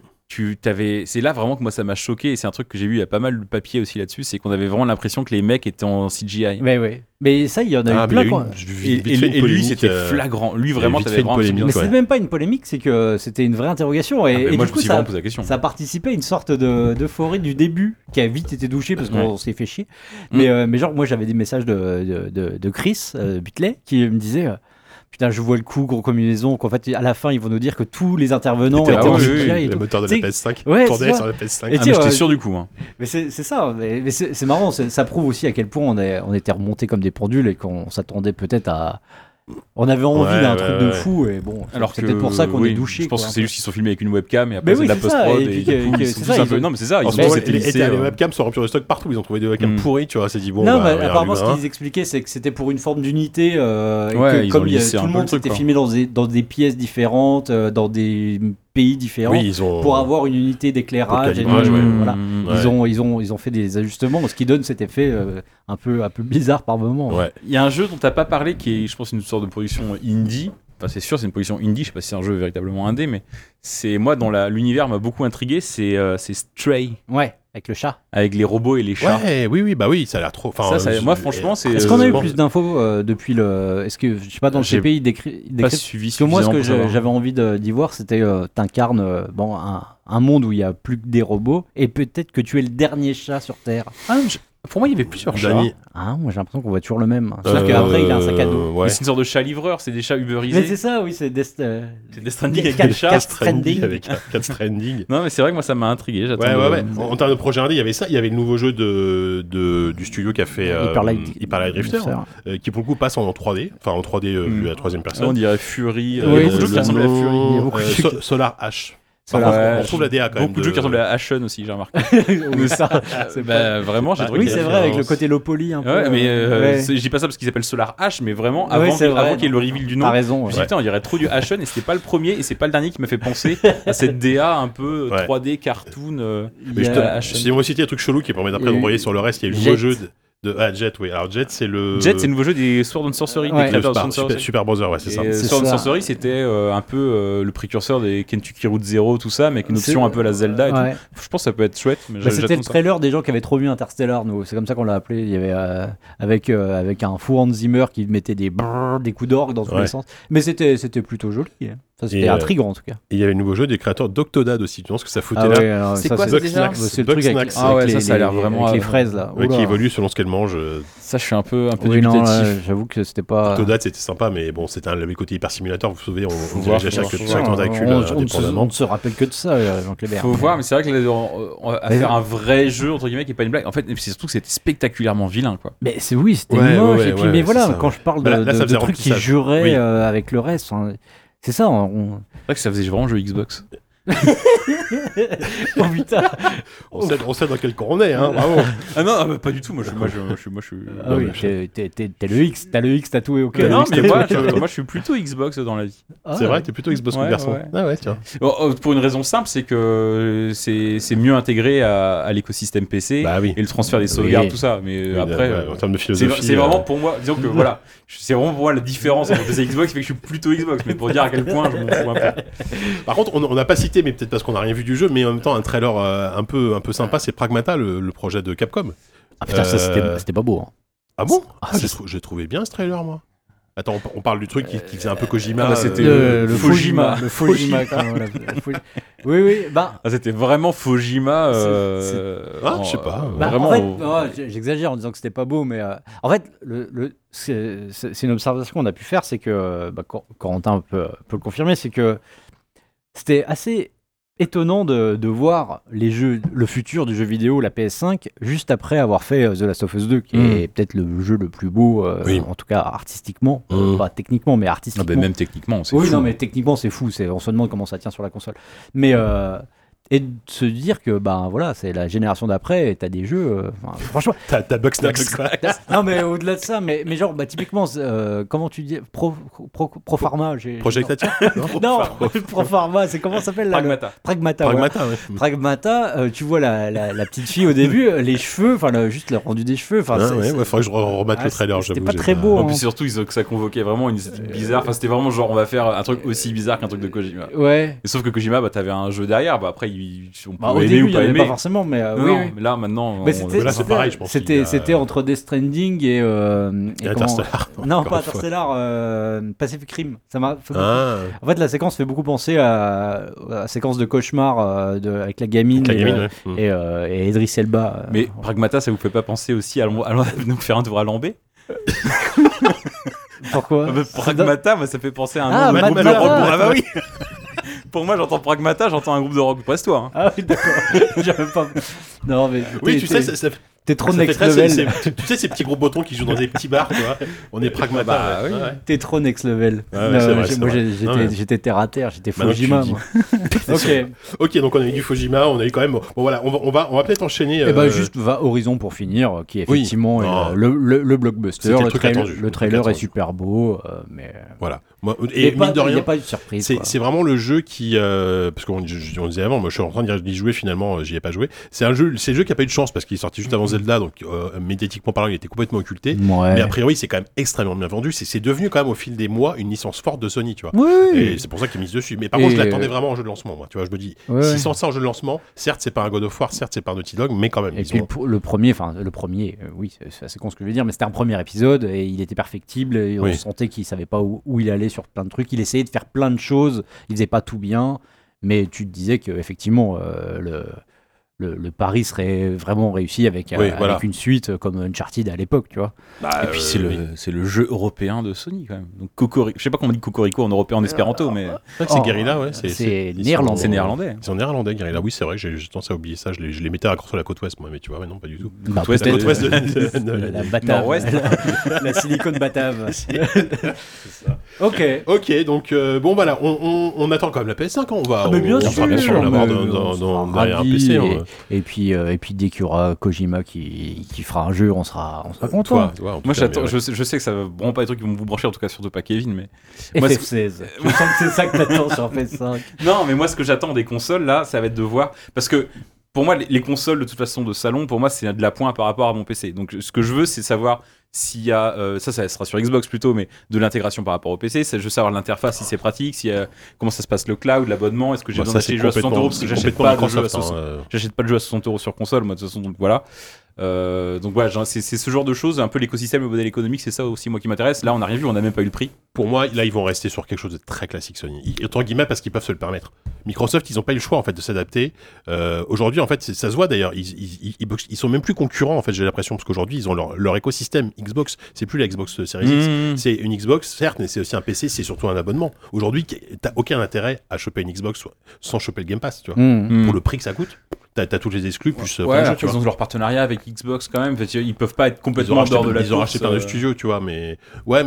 C'est là vraiment que moi ça m'a choqué et c'est un truc que j'ai vu, il y a pas mal de papiers aussi là-dessus, c'est qu'on avait vraiment l'impression que les mecs étaient en CGI. Mais ça, il y en a eu plein, quoi. Et lui, c'était flagrant. Lui, vraiment, t'avais vraiment polémique. Mais c'est même pas une polémique, c'est que c'était une vraie interrogation. Et moi, du coup, je me suis vraiment posé la question. Ça participait à une sorte d'euphorie du début qui a vite été douché parce qu'on s'est fait chier. Mais genre, moi, j'avais des messages de Chris Butley qui me disait. Putain, je vois le coup, gros combinaison, qu'en fait, à la fin, ils vont nous dire que tous les intervenants étaient en CGI. Le moteur de la PS5 tournait sur la PS5. Mais j'étais sûr du coup. Mais c'est ça, mais c'est marrant, ça prouve aussi à quel point on était remontés comme des pendules et qu'on s'attendait peut-être à... On avait envie d'un truc de fou et bon, alors c'est peut-être pour ça qu'on est douché. Je pense que c'est juste qu'ils sont filmés avec une webcam et après c'est de la post-prod non mais c'est ça, les webcams sont remplis de stock partout, ils ont trouvé des webcams pourries, tu vois, c'est dit bon. Non, mais apparemment ce qu'ils expliquaient c'est que c'était pour une forme d'unité, comme tout le monde s'était filmé dans des pièces différentes, dans des pays différents pour avoir une unité d'éclairage. Ils ont fait des ajustements, ce qui donne cet effet un peu bizarre par moment. Il y a un jeu dont t'as pas parlé qui est, je pense, une sorte de production indie. Enfin, c'est sûr, c'est une production indie. Je sais pas si c'est un jeu véritablement indé, mais c'est moi dont l'univers m'a beaucoup intrigué. C'est Stray. Ouais. Avec le chat. Avec les robots et les chats. Oui, ça a l'air trop. Moi, franchement, c'est. Est-ce qu'on a eu plus d'infos depuis le. Est-ce que, je sais pas, dans le CPI décrit. Pas suivi. Parce que moi, ce que j'avais envie d'y voir, c'était t'incarnes un monde où il y a plus que des robots et peut-être que tu es le dernier chat sur Terre. Pour moi, il y avait plusieurs chats. Ah, moi j'ai l'impression qu'on voit toujours le même. C'est-à-dire qu'après, il a un sac à dos. Ouais. C'est une sorte de chat livreur, c'est des chats uberisés. Mais c'est ça, oui, c'est Death Stranding avec des chats. Death Stranding avec Death Stranding. Non, mais c'est vrai que moi ça m'a intrigué. Ouais. En termes de projet indé, il y avait ça. Il y avait le nouveau jeu du studio qui a fait Hyperlight Drifter, qui pour le coup passe en 3D, enfin en 3D vu à la troisième personne. On dirait Fury. Oui, il y a beaucoup de jeux qui ressemblent à Fury. Il y a beaucoup de jeux Solar H. On trouve la DA quand même. Beaucoup de jeux qui ressemblent à Ashen aussi, j'ai remarqué. Oui, ça. Vraiment, j'ai trouvé. Oui, c'est vrai, avec le côté low poly un peu. Ouais, mais je dis pas ça parce qu'il s'appelle Solar H, mais vraiment avant qu'il y ait le reveal du nom. T'as raison. Putain, on dirait trop du Ashen et c'était pas le premier et c'est pas le dernier qui m'a fait penser à cette DA un peu 3D cartoon. Si on va citer un truc chelou qui permet d'après de broyer sur le reste, il y a eu le nouveau jeu Jet, oui. Alors Jet, c'est le nouveau jeu des Sword and Sorcery, des créateurs de Sword and Sorcery. Super Brother, ouais, c'est ça. Sword and Sorcery, c'était un peu le précurseur des Kentucky Route Zero, tout ça, mais avec une option un peu à la Zelda et tout. Je pense que ça peut être chouette. Mais c'était le trailer des gens qui avaient trop vu Interstellar, nous. C'est comme ça qu'on l'a appelé. Il y avait avec un fou Hans Zimmer qui mettait des coups d'orgue dans tous les sens. Mais c'était plutôt joli. Ça, c'était intriguant en tout cas. Et il y avait le nouveau jeu des créateurs d'Octodad aussi. Tu penses que ça foutait là? C'est quoi ça déjà? C'est le truc avec ça a l'air vraiment avec les fraises là. Qui évolue selon ce qu'elle mange. Ça, je suis un peu dubitatif. J'avoue que c'était pas. Octodad, c'était sympa, mais bon, c'était le côté hyper simulateur. Vous vous souvenez, on dirigeait chaque tentacule indépendamment. On ne se rappelle que de ça, Jean Clébert. Faut voir, mais c'est vrai que faire un vrai jeu entre guillemets qui est pas une blague. En fait, c'est surtout que c'était spectaculairement vilain, quoi. Mais oui, c'était moche. Et puis, mais voilà, quand je parle de trucs qui juraient avec le reste. C'est ça, c'est vrai que ça faisait vraiment jeu Xbox. Oh putain. On sait dans quel camp on est, hein, bravo. Ah non, pas du tout, moi je suis... Ah oui, t'as le X tatoué au cœur. Non, mais moi je suis plutôt Xbox dans la vie. C'est vrai, t'es plutôt Xbox que garçon. Ah ouais, tiens. Pour une raison simple, c'est que c'est mieux intégré à l'écosystème PC et le transfert des sauvegardes, tout ça. Mais après, en termes de philosophie, c'est vraiment pour moi, disons que voilà, c'est vraiment pour moi la différence entre PC et Xbox, fait que je suis plutôt Xbox, mais pour dire à quel point je m'en fous un peu. Par contre, on n'a pas cité, mais peut-être parce qu'on n'a rien vu du jeu, mais en même temps un trailer un peu sympa, c'est Pragmata, le projet de Capcom. Ah putain, ça c'était pas beau. Hein. Ah bon? J'ai trouvé bien ce trailer, moi. Attends, on parle du truc qui faisait un peu Kojima. C'était le Fujima. Le Fujima. Oui. C'était vraiment Fujima. Je sais pas. Vraiment. En fait, j'exagère en disant que c'était pas beau, mais en fait, c'est une observation qu'on a pu faire, c'est que Corentin peut le confirmer, c'est que c'était assez étonnant de voir le futur du jeu vidéo, la PS5, juste après avoir fait The Last of Us 2, qui est peut-être le jeu le plus beau, en tout cas artistiquement, pas techniquement, mais artistiquement. Ah ben même techniquement, c'est fou. Oui, non, mais techniquement, c'est fou. On se demande comment ça tient sur la console. Mais et de se dire que voilà, c'est la génération d'après et t'as des jeux franchement t'as Bugsnax. Non mais au-delà de ça, mais genre typiquement comment tu dis Profarma, Project Atia. Non, Profarma, c'est comment ça s'appelle là? Pragmata, ouais. Pragmata, tu vois la petite fille au début, les cheveux, juste le rendu des cheveux, faudrait que je remette le trailer. C'était pas très beau. En plus surtout que ça convoquait vraiment une esthétique bizarre. Enfin, c'était vraiment genre on va faire un truc aussi bizarre qu'un truc de Kojima. Ouais. Et sauf que Kojima, t'avais un jeu derrière. Après on peut au aimer début, ou pas aimer. Pas forcément, mais mais là maintenant. Mais c'est pareil, je pense. C'était entre Death Stranding et Interstellar. Non, pas Interstellar, Pacific Rim. Ça m'a. En fait, la séquence fait beaucoup penser à la séquence de cauchemar avec la gamine et Idris Elba. Mais Pragmata, ça vous fait pas penser aussi à nous faire un tour à Lambé? Pourquoi? Pragmata, ça fait penser à un groupe de rock. Ah bah oui. Pour moi, j'entends Pragmata, j'entends un groupe de rock. Presse-toi. Ah oui, d'accord. J'avais pas. Non, mais. Oui, tu sais, ça t'es trop next level. Tu sais, ces petits gros botons qui jouent dans des petits bars, tu vois. On est Pragmata. Oui. T'es trop next level. Moi, j'étais terre à terre, j'étais Fujima. Ok, donc on a eu du Fujima, on a eu quand même. Bon, voilà, on va peut-être enchaîner. Juste Horizon pour finir, qui effectivement est le blockbuster. Le trailer est super beau, mais. Voilà. Et mine de rien, il n'y a pas eu de surprise. C'est vraiment le jeu qui. Parce qu'on disait avant, moi je suis en train d'y jouer finalement, j'y ai pas joué. C'est le jeu qui a pas eu de chance parce qu'il est sorti juste avant Zelda, donc médiatiquement parlant, il était complètement occulté. Ouais. Mais a priori, c'est quand même extrêmement bien vendu. C'est devenu quand même au fil des mois une licence forte de Sony, tu vois. Oui. Et c'est pour ça qu'ils misent dessus. Mais par contre, je l'attendais vraiment en jeu de lancement, moi. Tu vois, je me dis, si sans ça en jeu de lancement, certes, c'est pas un God of War, certes, c'est pas un Naughty Dog, mais quand même. Et puis le premier, oui, c'est assez con ce que je veux dire, mais c'était un premier épisode et il était perfectible. Et on sentait qu'il savait pas où il allait sur plein de trucs. Il essayait de faire plein de choses. Il faisait pas tout bien, mais tu te disais que effectivement le pari serait vraiment réussi avec une suite comme Uncharted à l'époque, tu vois. Et puis c'est le jeu européen de Sony quand même. Donc Cocorico, je sais pas comment on dit Cocorico en européen en espéranto, mais c'est Guerrilla, c'est néerlandais. C'est néerlandais. Ils sont néerlandais, Guerrilla. Oui, c'est vrai. J'ai tendance à oublier ça. Je les mettais à sur la côte ouest, moi, mais tu vois, non, pas du tout. Côte ouest de la Batave. Nord-ouest. La silicone Batave. Ok, donc bon voilà, on attend quand même la PS5. On va, bien on sera bien sûr l'avoir derrière un PC. Et puis dès qu'il y aura Kojima qui fera un jeu, on sera content. Moi j'attends, je sais que ça va vraiment pas des trucs qui vont vous brancher, en tout cas surtout pas Kevin, mais FF16. Je sens que c'est ça que t'attends sur PS5. Non, mais moi ce que j'attends des consoles là, ça va être de voir, parce que pour moi les consoles de toute façon de salon, pour moi c'est de la pointe par rapport à mon PC. Donc ce que je veux, c'est savoir s'il y a, ça sera sur Xbox plutôt, mais de l'intégration par rapport au PC. Je veux savoir l'interface, si c'est pratique, comment ça se passe le cloud, l'abonnement, est-ce que j'ai besoin d'acheter les jeux à 60 €, parce que j'achète pas de jeux à 60 € sur console, moi de toute façon, donc voilà. Donc voilà, c'est ce genre de choses, un peu l'écosystème, le modèle économique, c'est ça aussi moi qui m'intéresse. Là on a rien vu, on n'a même pas eu le prix. Pour moi, là ils vont rester sur quelque chose de très classique Sony, entre guillemets, parce qu'ils peuvent se le permettre. Microsoft, ils n'ont pas eu le choix en fait de s'adapter. Aujourd'hui en fait ça se voit d'ailleurs, ils sont même plus concurrents en fait, j'ai l'impression, parce qu'aujourd'hui ils ont leur écosystème Xbox, c'est plus la Xbox Series X, c'est une Xbox certes, mais c'est aussi un PC, c'est surtout un abonnement. Aujourd'hui t'as aucun intérêt à choper une Xbox sans choper le Game Pass, tu vois. Pour le prix que ça coûte. T'as tous les exclus plus ils ont leur partenariat avec Xbox quand même. En fait, ils peuvent pas être complètement en dehors de la course. Ils ont racheté plein de studios, tu vois, mais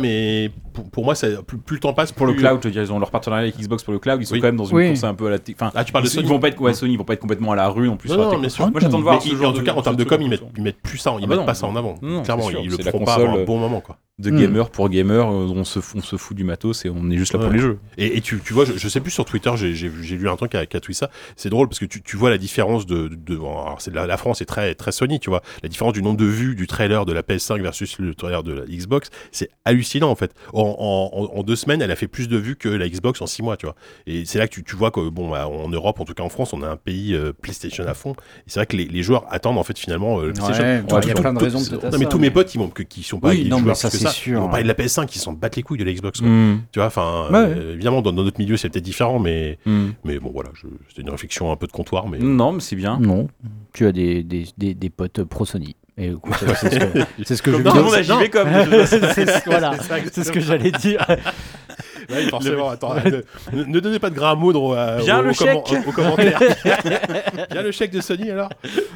pour moi, plus le temps passe. Pour le cloud, je veux dire, ils ont leur partenariat avec Xbox pour le cloud. Ils sont quand même dans une course un peu à la. Enfin, tu parles de Sony. Ils vont pas être Sony, ils vont pas être complètement à la rue en plus. Non, bien sûr. Moi, j'attends de voir. En tout cas, en termes de com, ils mettent plus ça, ils mettent pas ça en avant. Clairement, ils le feront pas avant un bon moment, quoi. De gamer pour gamer, on se fout du matos et on est juste là pour les jeux. Et tu vois, je sais plus, sur Twitter, j'ai lu un truc qui a tweeté ça. C'est drôle parce que tu vois la différence alors c'est la France est très très Sony, tu vois. La différence du nombre de vues du trailer de la PS5 versus le trailer de la Xbox, c'est hallucinant en fait. En 2 semaines, elle a fait plus de vues que la Xbox en 6 mois, tu vois. Et c'est là que tu vois que en Europe, en tout cas en France, on a un pays PlayStation à fond. Et c'est vrai que les joueurs attendent en fait finalement le PlayStation. Il y a plein de raisons de ça. Mais tous mes potes, qui sont pas joueurs, ça c'est sûr. On parlait de la PS5, qui s'en battent les couilles de la Xbox. Tu vois, enfin, évidemment dans notre milieu c'est peut-être différent, mais bon voilà, c'était une réflexion un peu de comptoir, mais non, mais c'est bien. Non, tu as des potes pro Sony. Et écoute, c'est ce que je veux dire. Tout le monde a JV comme. Voilà, c'est ce que j'allais dire. Oui, forcément, attends, ne donnez pas de grain à moudre aux commentaires. Bien le chèque de Sony alors.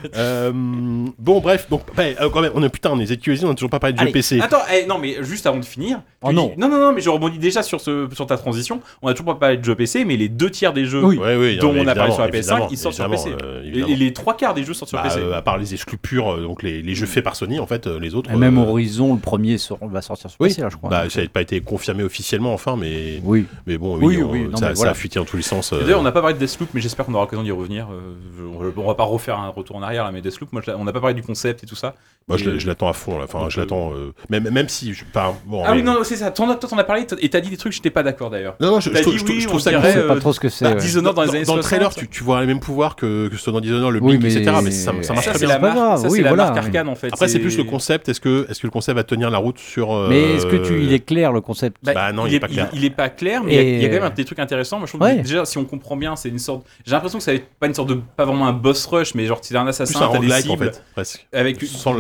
Bon, bref, donc quand même, on est écuisés, on n'a toujours pas parlé de jeu PC. Attends, non, mais juste avant de finir. Non, mais je rebondis déjà sur ta transition. On n'a toujours pas parlé de jeu PC, mais les 2/3 des jeux dont on a parlé sur la PS5, ils sortent sur PC. Et les 3/4 des jeux sortent sur PC. À part les exclus purs, donc les jeux faits par Sony, en fait, les autres. Même Horizon, le premier va sortir sur PC, là, je crois. Ça n'a pas été confirmé officiellement, enfin, mais. Mais bon, ça a fuité dans tous les sens. D'ailleurs, on n'a pas parlé de Deathloop, mais j'espère qu'on aura l'occasion d'y revenir. On va pas refaire un retour en arrière là, mais Deathloop, moi, on n'a pas parlé du concept et tout ça. Moi, je l'attends à fond là. Enfin, je l'attends. Même si je pars. Oui, non, c'est ça. Toi, t'en as parlé et t'as dit des trucs, j'étais pas d'accord d'ailleurs. Non, je trouve ça. Je sais pas trop ce que c'est. Dishonored dans les années 60. Dans le trailer, tu vois les mêmes pouvoirs que ce dans Dishonored, le blink, etc. Mais ça marche très bien. Ça, c'est la marque Arcane en fait. Après, c'est plus le concept. Est-ce que le concept va tenir la route sur. Mais est-ce que il est clair le concept? Bah non, il est pas clair. Il est pas clair, mais il y a quand même des trucs intéressants. Moi, je trouve que déjà, si on comprend bien, c'est une sorte. J'ai l'impression que ça va être pas une sorte de, pas vraiment un boss rush, mais genre c'est un assassin, t'as des cibles, en fait, presque. Avec une sorte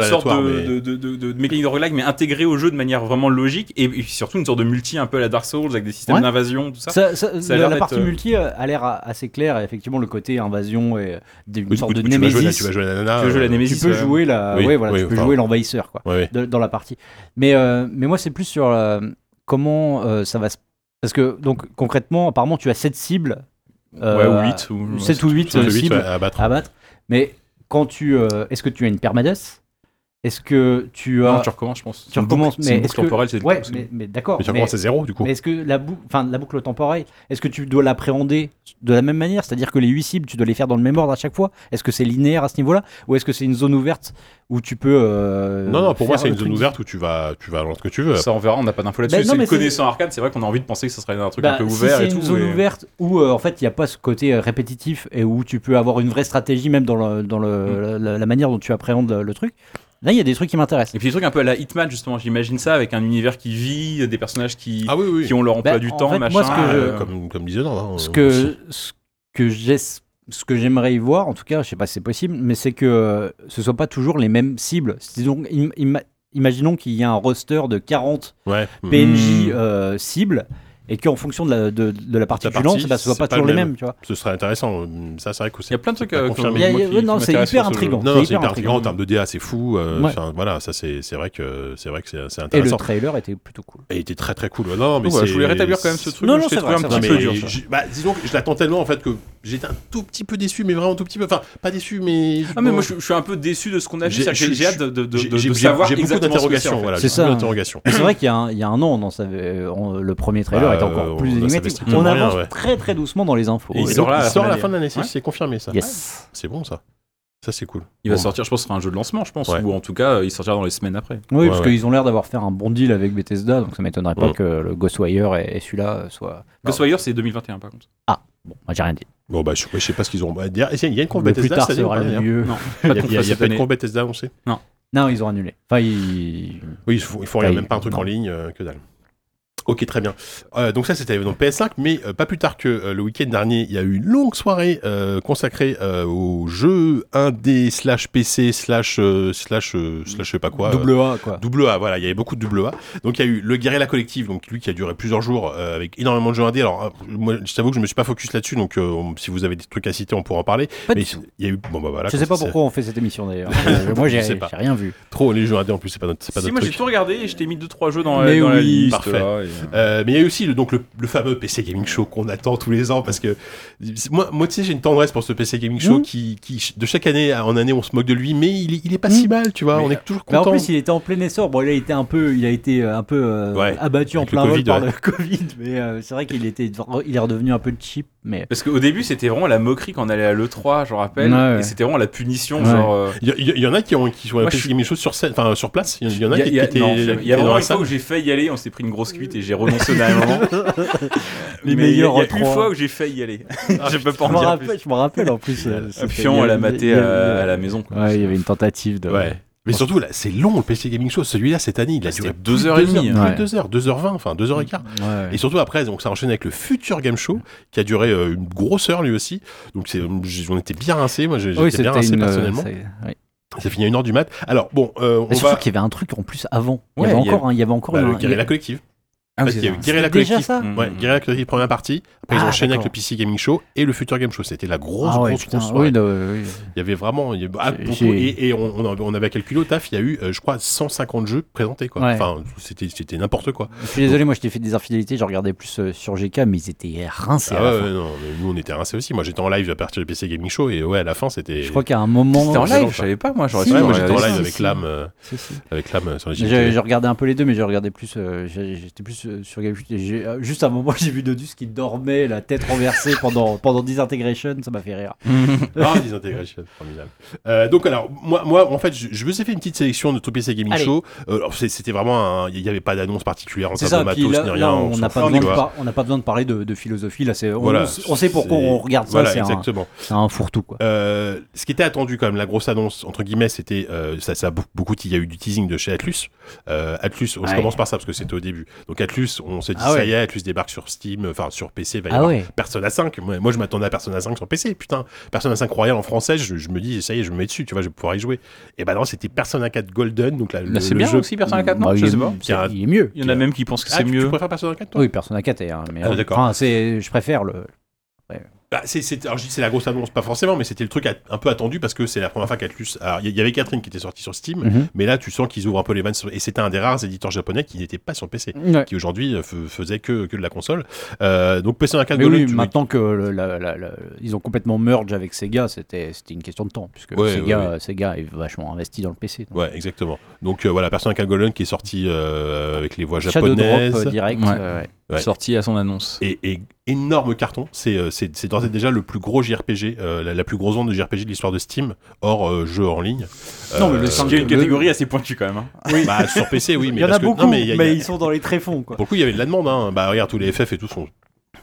de mécanique de roguelike, mais intégrée au jeu de manière vraiment logique, et puis surtout une sorte de multi un peu à la Dark Souls avec des systèmes d'invasion, tout ça. La partie multi a l'air assez claire, et effectivement le côté invasion et une sorte de Nemesis. Tu vas jouer la nana. Tu peux jouer la Nemesis. Tu peux jouer jouer l'envahisseur, quoi, dans la partie. Mais moi c'est plus sur comment ça va se. Parce que, donc, concrètement, apparemment, tu as 7 cibles. Ou 8. 7 ou 8 cibles à battre. Mais quand est-ce que tu as une permadeath? Est-ce que tu as... Non, tu recommences, je pense. Tu recommences, mais est-ce que... temporelle, c'est... Ouais, mais d'accord. Mais tu recommences à 0, du coup. Mais est-ce que la boucle temporelle, est-ce que tu dois l'appréhender de la même manière? C'est-à-dire que les 8 cibles, tu dois les faire dans le même ordre à chaque fois? Est-ce que c'est linéaire à ce niveau-là? Ou est-ce que c'est une zone ouverte où tu peux... Non, pour moi, c'est une zone ouverte où tu vas dans ce que tu veux. Ça, on verra, on n'a pas d'infos là-dessus. C'est connaissant Arcane, c'est vrai qu'on a envie de penser que ça serait un truc un peu ouvert et tout. Si c'est une zone ouverte où, en fait, il n'y a pas ce côté répétitif et où tu peux avoir une vraie stratégie, même dans la manière dont tu appréhendes le truc. Là, il y a des trucs qui m'intéressent. Et puis des trucs un peu à la Hitman, justement. J'imagine ça avec un univers qui vit, des personnages qui ont leur emploi du temps, machin. Comme Dishonored. Ce que ce que j'aimerais y voir, en tout cas, je sais pas si c'est possible, mais c'est que ce soit pas toujours les mêmes cibles. Donc, imaginons qu'il y a un roster de 40 PNJ cibles. Et qu'en fonction de la partie que tu lances, ce ne soit pas toujours les mêmes, tu vois. Ce serait intéressant. Ça, c'est vrai qu'il y a plein de trucs à confirmer. Non, c'est hyper intriguant. Non, c'est hyper intriguant en termes de DA, c'est fou. Voilà, ça, c'est vrai que c'est intéressant. Et le trailer était plutôt cool. Et il était très très cool. Non, mais je voulais rétablir quand même ce truc. Non, c'est vrai. Un petit peu dur. Disons que je l'attends tellement en fait que j'étais un tout petit peu déçu, mais vraiment un tout petit peu. Enfin, pas déçu, mais. Ah, mais moi, je suis un peu déçu de ce qu'on a vu. J'ai hâte de savoir. J'ai beaucoup d'interrogations. C'est ça. C'est vrai qu'il y a un an, le premier trailer était encore plus énigmatique. On avance très très doucement dans les infos. Et il sort à la fin de l'année, c'est confirmé ça. Yes. C'est bon ça. Ça c'est cool. Il va sortir, je pense, ce sera un jeu de lancement, je pense, ou en tout cas, il sortira dans les semaines après. Oui, parce qu'ils ont l'air d'avoir fait un bon deal avec Bethesda, donc ça m'étonnerait pas que le Ghostwire et celui-là soient. Ghostwire, c'est 2021 par contre. Ah, bon, moi j'ai rien dit. Bon bah je sais pas ce qu'ils ont. Il y a une conf Bethesda, plus tard, ça sera mieux. Non, il y a pas de conf Bethesda, on sait. Non, ils ont annulé. Enfin, oui, il faut rien, même pas un truc en ligne, que dalle. Ok, très bien. Donc ça, c'était donc PS5, mais pas plus tard que le week-end dernier, il y a eu une longue soirée consacrée aux jeux indé /PC / je sais pas quoi. Double A, quoi. Double A, voilà, il y avait beaucoup de double A. Donc il y a eu le Guerrilla Collective, donc lui qui a duré plusieurs jours avec énormément de jeux indés. Alors moi, je t'avoue que je me suis pas focus là-dessus, donc si vous avez des trucs à citer, on pourra en parler. Mais il y a eu, bon bah voilà. Je sais pas pourquoi on fait cette émission d'ailleurs. Moi, j'ai rien vu. Trop les jeux indés en plus, c'est pas notre truc. Moi j'ai tout regardé et je t'ai mis 2-3 jeux dans la liste. Parfait. Mais il y a eu aussi le fameux PC Gaming Show qu'on attend tous les ans parce que moi tu sais j'ai une tendresse pour ce PC Gaming Show qui de chaque année en année on se moque de lui, mais il est pas si mal, tu vois, on est toujours content. En plus il était en plein essor. Bon, il a été un peu abattu en plein vol par le Covid, mais c'est vrai qu'il est redevenu un peu cheap. Mais parce qu'au début c'était vraiment la moquerie quand on allait à l'E3, je rappelle, et c'était vraiment la punition. Genre il y en a qui sont à la PC Gaming Show sur place. Il y en a qui étaient. Il y a vraiment une fois où j'ai failli y aller, on s'est pris une grosse cuite et j'ai renoncé d'un moment. Les meilleurs. Il y a une fois où j'ai failli y aller. Je peux pas en dire plus. Je me rappelle en plus. Pion à la mater à la maison. Ouais, il y avait une tentative de. Ouais. Mais surtout, là, c'est long le PC Gaming Show. Celui-là, cette année, il a duré 2h30. 2h20, enfin 2h15. Et surtout après, donc, ça enchaîne avec le Future Game Show, qui a duré une grosse heure lui aussi. Donc on était bien rincés. Moi, j'étais bien rincé personnellement. Ça finit à 1h du mat. Alors, bon, surtout qu'il y avait un truc en plus avant. Il y avait encore le Guerrilla Collective. Ah oui, il y a eu Guerrilla Collective. Guerrilla Collective première partie. Après ils ont enchaîné avec le PC Gaming Show et le Future Game Show. C'était la grosse soirée. Il y avait vraiment et on avait calculé au taf, il y a eu je crois 150 jeux présentés quoi. Enfin c'était n'importe quoi. Je suis désolé, moi je t'ai fait des infidélités, je regardais plus sur GK, mais ils étaient rincés à la fin. Non, mais nous on était rincés aussi. Moi j'étais en live à partir du PC Gaming Show et à la fin c'était. Je crois qu'à un moment. C'était en live, je savais pas moi. Moi j'étais en live avec Lame. Avec Lame sur les Je regardais un peu les deux, mais je regardais plus. J'étais plus sur Game. Juste à un moment, j'ai vu Dodus qui dormait, la tête renversée pendant Disintegration, ça m'a fait rire. Disintegration, formidable. Donc alors, moi, en fait, je vous ai fait une petite sélection de tout PC Gaming Show. C'était vraiment, il n'y avait pas d'annonce particulière en termes de matos ni rien. On n'a pas besoin de parler de philosophie. Là, on sait pourquoi on regarde ça. Voilà, exactement. C'est un fourre-tout quoi. Ce qui était attendu quand même, la grosse annonce entre guillemets, c'était ça a beaucoup. Il y a eu du teasing de chez Atlus. Atlus, je commence par ça parce que c'était au début. Donc Atlus, on s'est dit ça y est, Atlus débarque sur Steam, enfin sur PC, il va y avoir Persona 5. Moi je m'attendais à Persona 5 sur PC, putain. Persona 5 Royal en français, je me dis ça y est, je me mets dessus, tu vois, je vais pouvoir y jouer. Et bah non, c'était Persona 4 Golden, donc là, c'est bien jeu aussi Persona 4, non, je sais pas. Il est mieux. Il y en a même qui pensent que c'est mieux. Tu préfères Persona 4 toi? Oui, Persona 4 est d'accord. Enfin, je préfère le. Alors je dis c'est la grosse annonce, pas forcément, mais c'était le truc un peu attendu parce que c'est la première fois qu'Atlus. Alors il y avait Catherine qui était sortie sur Steam, mais là tu sens qu'ils ouvrent un peu les vannes et c'était un des rares éditeurs japonais qui n'était pas sur PC, qui aujourd'hui faisait que de la console. Donc Persona 4 Golden. Oui, maintenant que ils ont complètement merge avec Sega, c'était une question de temps puisque Sega est vachement investi dans le PC. Donc. Ouais, exactement. Donc voilà, Persona 4 Golden qui est sorti avec les voix japonaises. Shadow Drop direct. Sorti à son annonce. Et énorme carton. C'est d'ores et déjà le plus gros JRPG, la plus grosse vente de JRPG de l'histoire de Steam, hors jeu en ligne. Non, mais il y a une catégorie assez pointue quand même. Hein. Oui. Bah, sur PC, oui. Mais il y en a beaucoup, mais ils sont dans les tréfonds. Quoi. Pour le coup, il y avait de la demande. Hein. Bah, regarde, tous les FF et tout sont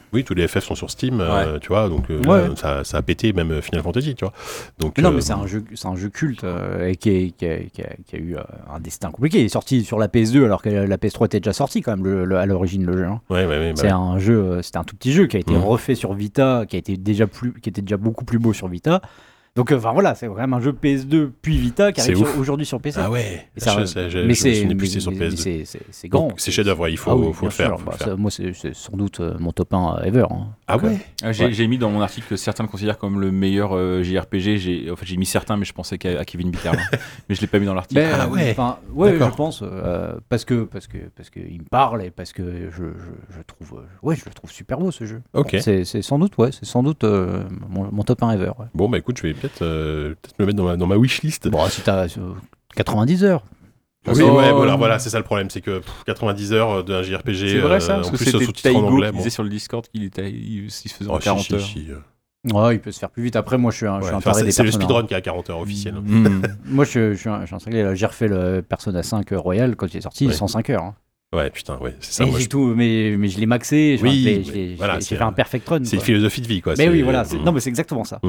Oui, tous les FF sont sur Steam, tu vois, donc ça a pété même Final Fantasy, tu vois. Donc, non, mais c'est un jeu culte et qui a eu un destin compliqué. Il est sorti sur la PS2 alors que la PS3 était déjà sortie quand même à l'origine le jeu. Hein. C'est un jeu, c'était un tout petit jeu qui a été refait sur Vita, qui était déjà beaucoup plus beau sur Vita. Donc voilà, c'est vraiment un jeu PS2 puis Vita qui arrive aujourd'hui sur PC. Ah ouais. Mais c'est grand. Donc, c'est chef-d'œuvre, il faut le faire. Moi, c'est sans doute mon top 1 ever. Hein. Ah ouais. J'ai mis dans mon article que certains le considèrent comme le meilleur JRPG. J'ai mis certains, mais je pensais à Kevin Bitter. Mais je l'ai pas mis dans l'article. Je pense parce que il me parle et parce que je le trouve super beau ce jeu. Ok. C'est sans doute mon top 1 ever. Ouais. Bon bah écoute, je vais peut-être me mettre dans ma wishlist. Bon, si t'as 90 heures. Oui, voilà, c'est ça le problème, c'est que 90 heures d'un JRPG. C'est vrai ça, parce en que plus c'était sous-titré en anglais. Taigo qui disait sur le Discord qu'il se faisait en 40 heures. Ouais, il peut se faire plus vite. Après, moi, je suis un taré des c'est le Persona. speedrun qui est à 40 heures officiel. Moi, je suis un cinglé. J'ai refait le Persona 5 Royal quand il est sorti, 105 heures. Hein. Ouais, putain, c'est ça. Et tout, mais je l'ai maxé, j'ai fait un perfect run. C'est une philosophie de vie, quoi. Mais oui, voilà. Non, mais c'est exactement ça.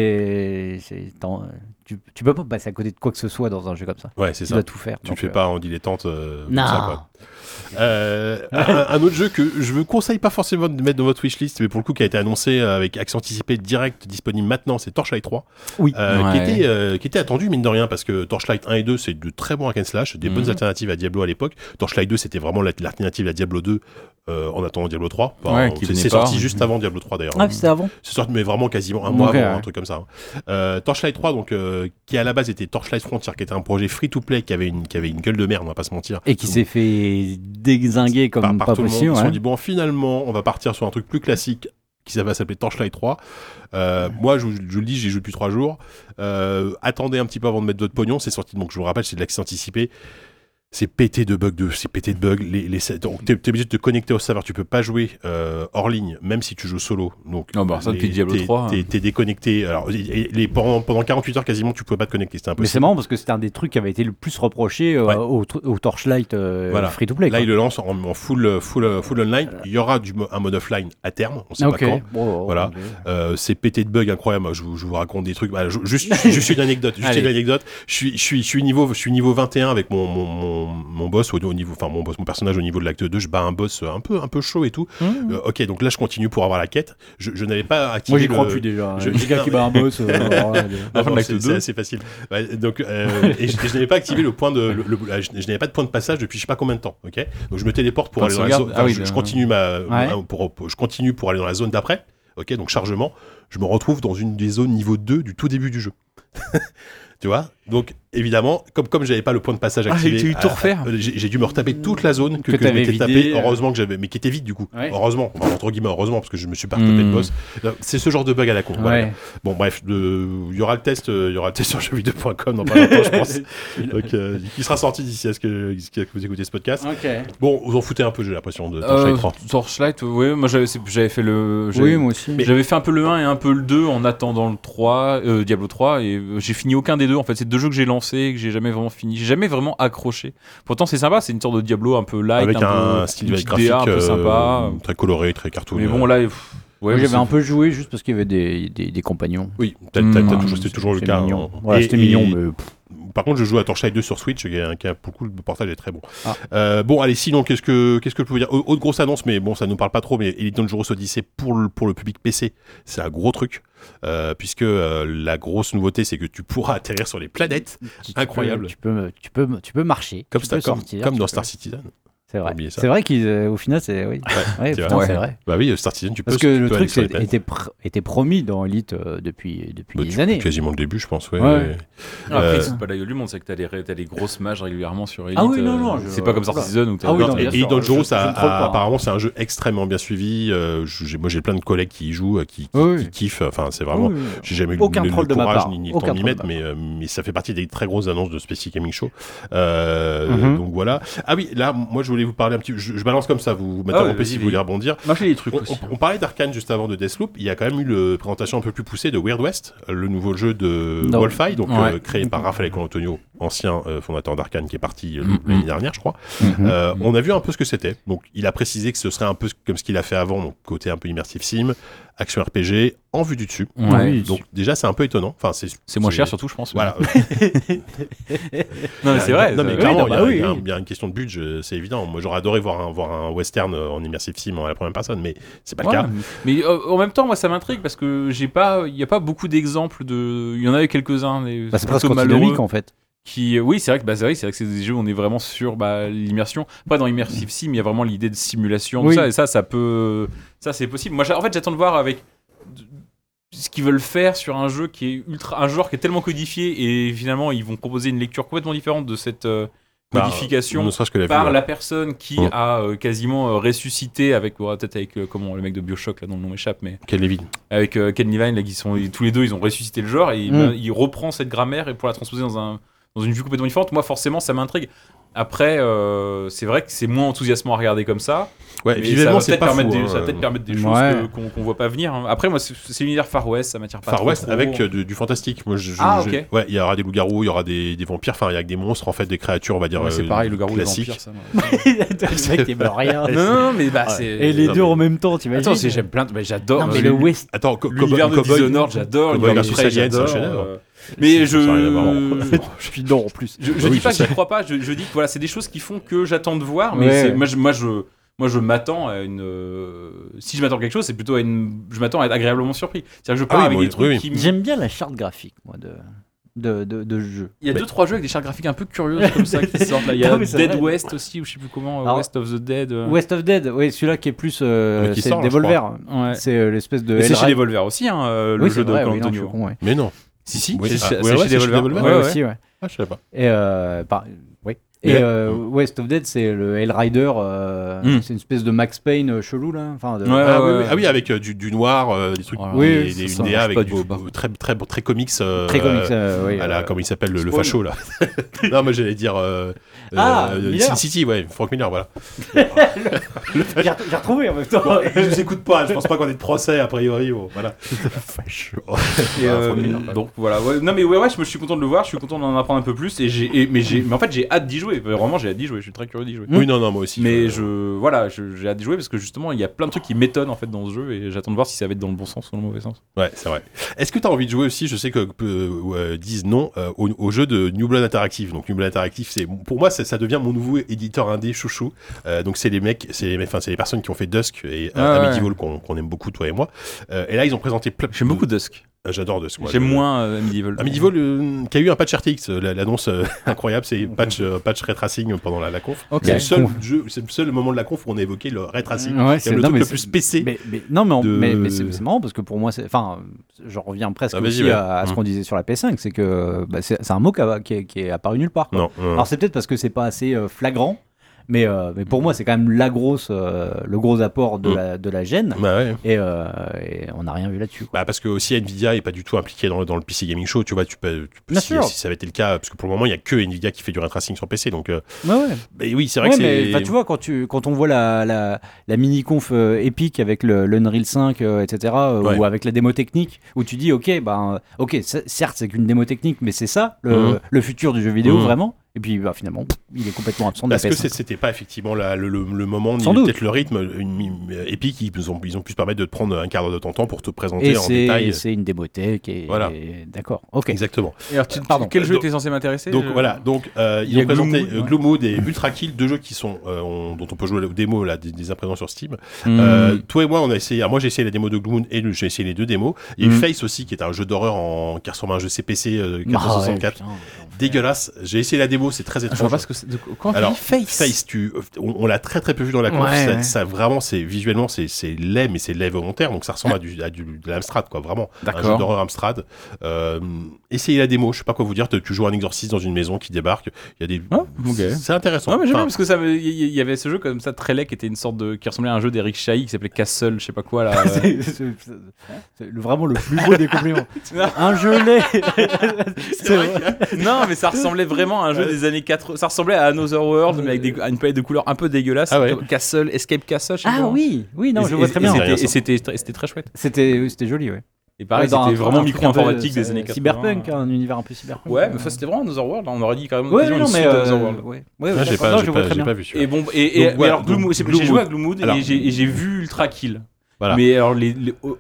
Tu peux pas passer à côté de quoi que ce soit dans un jeu comme ça. Ouais, c'est ça. Tu dois tout faire. Tu le fais pas en dilettante. Non. Ça, quoi. Un autre jeu que je vous conseille pas forcément de mettre dans votre wishlist, mais pour le coup qui a été annoncé avec accès anticipé direct disponible maintenant, c'est Torchlight 3. Oui. Qui était attendu mine de rien parce que Torchlight 1 et 2 c'est de très bons hack and slash, des bonnes alternatives à Diablo à l'époque. Torchlight 2 c'était vraiment l'alternative à Diablo 2 en attendant Diablo 3. C'est sorti juste avant Diablo 3 d'ailleurs. Ah, c'était avant. C'est sorti mais vraiment quasiment un mois avant, un truc comme ça. Torchlight 3 donc qui à la base était Torchlight Frontier, qui était un projet free to play qui avait une gueule de merde, on va pas se mentir. Et qui s'est fait dézinguer comme pas possible. Ils se sont dit bon, finalement on va partir sur un truc plus classique qui va s'appeler Torchlight 3. Moi je le dis, j'y joue depuis 3 jours. Attendez un petit peu avant de mettre votre pognon, c'est sorti, donc je vous rappelle, c'est de l'accès anticipé. C'est pété de bugs, donc t'es obligé de te connecter au serveur, tu peux pas jouer hors ligne, même si tu joues solo. Donc ça depuis Diablo 3. T'es déconnecté. Alors pendant 48 heures quasiment, tu pouvais pas te connecter, c'était impossible. Mais c'est marrant parce que c'était un des trucs qui avait été le plus reproché au Torchlight free to play. Là, il le lance en full online. Il y aura un mode offline à terme, on sait pas quand. Voilà. C'est pété de bugs incroyable. Je vous raconte des trucs. Juste une anecdote. Je suis niveau 21 avec mon boss au niveau, enfin mon personnage au niveau de l'acte 2, je bats un boss un peu chaud et tout. Ok, donc là je continue pour avoir la quête. Je n'avais pas activé. Moi j'y crois plus déjà. Le gars qui bat un boss. C'est assez facile. Donc et je n'avais pas activé le point de. Je n'avais pas de point de passage depuis je sais pas combien de temps. Ok, donc je me téléporte pour aller dans la zone. Je continue je continue pour aller dans la zone d'après. Ok, donc chargement. Je me retrouve dans une des zones niveau 2 du tout début du jeu. Tu vois, donc évidemment, comme j'avais pas le point de passage activé, j'ai dû tout refaire. J'ai dû me retaper toute la zone que je m'étais tapé. Heureusement que j'avais, mais qui était vide du coup. Ouais. Heureusement, entre guillemets, heureusement parce que je me suis pas retapé de boss. C'est ce genre de bug à la con. Voilà. Bon, bref, il y aura le test sur jeuxvideo.com dans pas longtemps, je pense. Donc, qui sera sorti d'ici à ce que vous écoutez ce podcast. Okay. Bon, vous en foutez un peu, j'ai l'impression de Torchlight 3. Torchlight, oui, moi j'avais fait le. Oui, moi aussi. J'avais fait un peu le 1 et un peu le 2 en attendant le 3, Diablo 3, et j'ai fini aucun des deux. En fait, c'est deux jeux que j'ai lancés, que j'ai jamais vraiment fini. J'ai jamais vraiment accroché. Pourtant, c'est sympa, c'est une sorte de Diablo un peu light, avec un style graphique un peu sympa, très coloré, très cartoon. Mais bon, là. J'avais un peu joué juste parce qu'il y avait des compagnons. Oui, c'était toujours le cas. Mignon. Voilà, c'était mignon, mais. Par contre, je joue à Torchlight 2 sur Switch, qui a beaucoup, le portage est très bon. Bon, allez, sinon, qu'est-ce que je peux vous dire ? Autre grosse annonce, mais bon, ça nous parle pas trop, mais Elite Dangerous Odyssey pour le public PC, c'est un gros truc, puisque la grosse nouveauté, c'est que tu pourras atterrir sur les planètes. Incroyable. Tu peux marcher. Comme dans Star Citizen. C'est vrai. C'est vrai qu'au final, c'est oui. C'est vrai. Bah oui, Star Citizen, tu peux. Parce que le truc était promis dans Elite depuis des années. Quasiment le début, je pense. Après, c'est pas la gueule du monde, c'est que t'as les grosses mages régulièrement sur Elite. Ah oui, non. C'est pas comme Star Citizen où t'as. Et Elite Dangerous, apparemment, c'est un jeu extrêmement bien suivi. Moi, j'ai plein de collègues qui y jouent, qui kiffent. Enfin, c'est vraiment. J'ai jamais eu le courage ni le temps d'y mettre, mais ça fait partie des très grosses annonces de Specific Gaming Show. Donc voilà. Ah oui, là, moi, je voulais vous parler un petit peu. Je balance comme ça, vous m'interrompez si vous voulez rebondir. Moi, j'ai des trucs aussi. On parlait d'Arcane juste avant de Deathloop. Il y a quand même eu une présentation un peu plus poussée de Weird West, le nouveau jeu de Wolfeye, donc créé par Raphaël Colantonio, ancien fondateur d'Arkane qui est parti l'année dernière, je crois. On a vu un peu ce que c'était. Donc, il a précisé que ce serait un peu comme ce qu'il a fait avant, donc côté un peu immersive sim, action RPG, en vue du dessus. Ouais. Donc, déjà, c'est un peu étonnant. Enfin, c'est moins cher, surtout, je pense. Voilà. Non, mais c'est vrai. Non, mais clairement, il y a une question de budget, c'est évident. Moi, j'aurais adoré voir un western en immersive sim à la première personne, mais c'est pas le cas. Mais en même temps, moi, ça m'intrigue parce que il y a pas beaucoup d'exemples de. Il y en avait quelques-uns. C'est presque antinomique en fait. Oui, c'est vrai que c'est des jeux où on est vraiment sur l'immersion. Après, dans Immersive Sim, il y a vraiment l'idée de simulation, tout ça, et ça c'est possible. Moi, en fait, j'attends de voir avec ce qu'ils veulent faire sur un jeu qui est un genre qui est tellement codifié, et finalement, ils vont proposer une lecture complètement différente de cette modification par la personne qui a quasiment ressuscité peut-être avec le mec de BioShock, là, dont le nom m'échappe, mais Ken Levine. Avec Ken Levine, là, tous les deux, ils ont ressuscité le genre, et il reprend cette grammaire et pour la transposer dans une vue complètement différente. Moi, forcément, ça m'intrigue. Après, c'est vrai que c'est moins enthousiasmant à regarder comme ça. Ouais, visuellement, c'est pas fou. Ça va peut-être permettre des choses qu'on voit pas venir. Après, moi, c'est l'univers Far West, ça m'attire pas. Far West avec du fantastique. Moi, ok. Ouais, il y aura des loups-garous, il y aura des vampires. Enfin, il y a des monstres, en fait, des créatures, on va dire. C'est pareil, loups-garous, des vampires, ça. Le mec, il meurt rien. Non, mais c'est. Et les deux en même temps, tu imagines. Attends, j'aime plein. J'adore. Non, mais le West. Attends, l'univers de Dishonored, j'adore. Cowboy versus Aliens, j'adore. Mais je suis dedans en plus. Je dis pas que j'y crois pas, je dis que voilà, c'est des choses qui font que j'attends de voir, mais moi je m'attends à une si je m'attends à quelque chose, c'est plutôt je m'attends à être agréablement surpris. C'est-à-dire que je pars avec des trucs qui J'aime bien la charte graphique moi de jeu. Il y a 2-3 jeux avec des chartes graphiques un peu curieuses comme ça qui sortent là. Il y a Dead West aussi, ou je sais plus comment, West of the Dead. West of Dead, oui, celui-là qui est plus c'est Devolver. C'est l'espèce de. C'est chez Devolver aussi, le jeu de Call of Duty. Mais non. Si, c'est chez Devolver. Ouais, aussi, ouais. Ah, je savais pas. Et West of Dead, c'est le Hellrider, c'est une espèce de Max Payne chelou là. Enfin, Ah oui, avec du noir, des trucs, une DA avec très comics. Très comics, oui. Comment il s'appelle le facho là. Non, moi j'allais dire Sin City, ouais, Frank Miller, voilà. J'ai retrouvé en même temps. Je vous écoute pas, je pense pas qu'on ait de procès a priori. Voilà. Facho. Donc voilà. Non mais ouais, je suis content de le voir, je suis content d'en apprendre un peu plus, mais en fait j'ai hâte d'y jouer. Vraiment, j'ai hâte d'y jouer. Je suis très curieux d'y jouer. Oui, non, moi aussi. Mais j'ai hâte d'y jouer parce que justement, il y a plein de trucs qui m'étonnent en fait dans ce jeu et j'attends de voir si ça va être dans le bon sens ou dans le mauvais sens. Ouais, c'est vrai. Est-ce que tu as envie de jouer aussi? Je sais que disent non au jeu de New Blood Interactive. Donc New Blood Interactive, pour moi, ça devient mon nouveau éditeur indé chouchou. Donc c'est les personnes qui ont fait Dusk et Medieval qu'on aime beaucoup, toi et moi. Et là, ils ont présenté plein. J'aime beaucoup Dusk. J'adore Dusk. J'aime moins Medieval. Medieval qui a eu un patch RTX, l'annonce incroyable, c'est patch ray tracing pendant la conf. Okay. C'est le seul moment de la conf où on a évoqué le ray tracing. C'est le truc le plus PC. Mais c'est marrant parce que pour moi, je reviens presque aussi à ce qu'on disait sur la PS5, c'est que c'est un mot qui est apparu nulle part. Non. Alors c'est peut-être parce que c'est pas assez flagrant. Mais pour moi, c'est quand même le gros apport de la gêne. Et on n'a rien vu là-dessus. Parce que aussi Nvidia est pas du tout impliqué dans le PC Gaming Show. Tu vois, si ça avait été le cas, parce que pour le moment, il y a que Nvidia qui fait du ray tracing sur PC. Donc, oui, c'est vrai que c'est. Mais tu vois, quand on voit la mini conf Epic avec l'Unreal 5, etc., ou avec la démo technique, où tu dis, ok, certes, c'est qu'une démo technique, mais c'est ça le futur du jeu vidéo vraiment. Et puis finalement, il est complètement absent de la PS5. Est-ce que c'était pas effectivement le moment, ni peut-être le rythme, Epic, ils ont pu se permettre de te prendre un quart d'heure de ton temps pour te présenter en détail. Et c'est une démothèque. D'accord, ok. Exactement. Et alors, quel jeu était censé m'intéresser? Donc ils ont présenté Gloomwood et Ultra Kill, deux jeux qui sont dont on peut jouer aux démos là, des présents sur Steam. Toi et moi, on a essayé. Moi, j'ai essayé la démo de Gloomwood et j'ai essayé les deux démos. Il y a eu Face aussi, qui est un jeu d'horreur qui ressemble à un jeu CPC 464. Dégueulasse. J'ai essayé la démo, c'est très étrange. Je vois pas ce que c'est. Quand tu dis Face, on l'a très très peu vu dans la conf. Ça vraiment, visuellement, c'est laid, mais c'est laid volontaire. Donc ça ressemble à de l'Amstrad, quoi. Vraiment. Un jeu d'horreur Amstrad. Essayez la démo. Je sais pas quoi vous dire. Tu joues un exorciste dans une maison qui débarque. Il y a des. C'est intéressant. Non, mais j'aime bien parce que il y avait ce jeu comme ça très laid qui était une sorte qui ressemblait à un jeu d'Eric Chahi qui s'appelait Castle, je sais pas quoi là. C'est vraiment le plus beau des compliments. Un jeu laid. C'est vrai. Non, mais ça ressemblait vraiment à un jeu des années 80. Ça ressemblait à Another World, mais avec une palette de couleurs un peu dégueulasse. Castle, Escape Castle, je sais pas. Oui, non, je vois très bien. Et c'était très chouette. C'était joli, ouais. Et pareil, c'était vraiment micro-informatique des années 80. Cyberpunk, un univers un peu cyberpunk. Ouais, mais ça c'était vraiment Another World. On aurait dit carrément ouais, non, mais Another World. Ouais, j'ai pas vu celui-là. Et bon, mais alors Gloomwood, j'ai joué à Gloomwood et j'ai vu Ultra Kill. Voilà. Mais alors les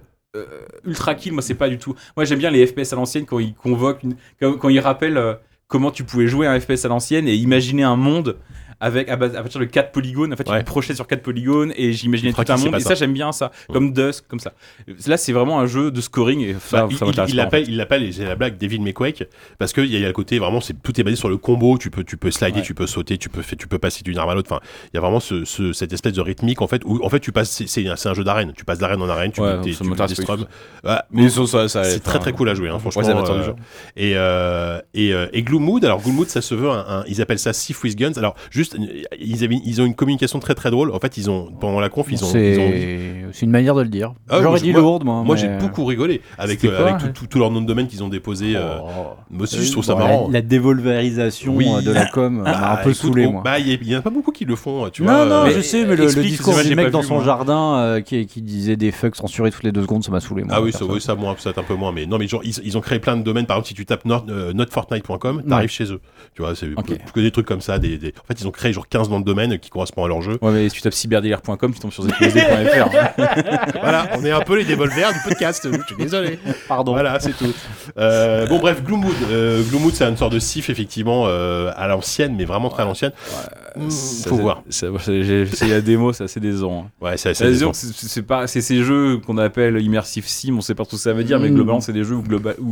Ultra Kill, moi c'est pas du tout. Moi j'aime bien les FPS à l'ancienne quand ils convoquent, quand ils rappellent comment tu pouvais jouer un FPS à l'ancienne et imaginer un monde. À partir de 4 polygones, en fait, tu te projetais sur 4 polygones et j'imaginais tout un monde. Et ça, j'aime bien ça, comme Dusk, comme ça. Là, c'est vraiment un jeu de scoring. Et il l'appelle, c'est la blague, Devil May Quake, parce qu'il y a le côté vraiment, tout est basé sur le combo. Tu peux slider, tu peux sauter, tu peux passer d'une arme à l'autre. Enfin, il y a vraiment cette espèce de rythmique en fait où en fait tu passes. C'est un jeu d'arène. Tu passes d'arène en arène. Tu mets des strums. Mais c'est très très cool à jouer, franchement. Et Gloomwood, alors Gloomwood, ça se veut ils appellent ça Thief with Guns. Alors juste ils ont une communication très très drôle. En fait, pendant la conf, c'est une manière de le dire. J'aurais dit lourde, moi. Moi, j'ai beaucoup rigolé avec tout leur nom de domaine qu'ils ont déposé. Moi aussi, je trouve ça marrant. La dévolverisation de la com m'a un peu saoulé, moi. Il y en a pas beaucoup qui le font, tu vois. Non, je sais, mais le discours du mec dans son jardin qui disait des fucks censurés toutes les 2 secondes, ça m'a saoulé. Ah oui, ça moi, peut-être un peu moins, mais non, mais genre ils ont créé plein de domaines. Par exemple, si tu tapes notfortnite.com, t'arrives chez eux. Tu vois, c'est que des trucs comme ça. En fait, ils ont créé genre 15 noms de domaine qui correspondent à leur jeu. Ouais, mais si tu tapes cyberdealer.com, tu tombes sur zpsd.fr. Voilà, on est un peu les dévolvers du podcast. Je suis désolé. Pardon. Voilà, c'est tout. Bon, bref, Gloomwood, c'est une sorte de Sif, effectivement, à l'ancienne, mais vraiment très à l'ancienne. Faut voir. J'ai essayé la démo, c'est assez décevant. Ouais, c'est assez décevant. C'est ces jeux qu'on appelle immersive sim, on sait pas trop ce que ça veut dire, mais globalement, c'est des jeux où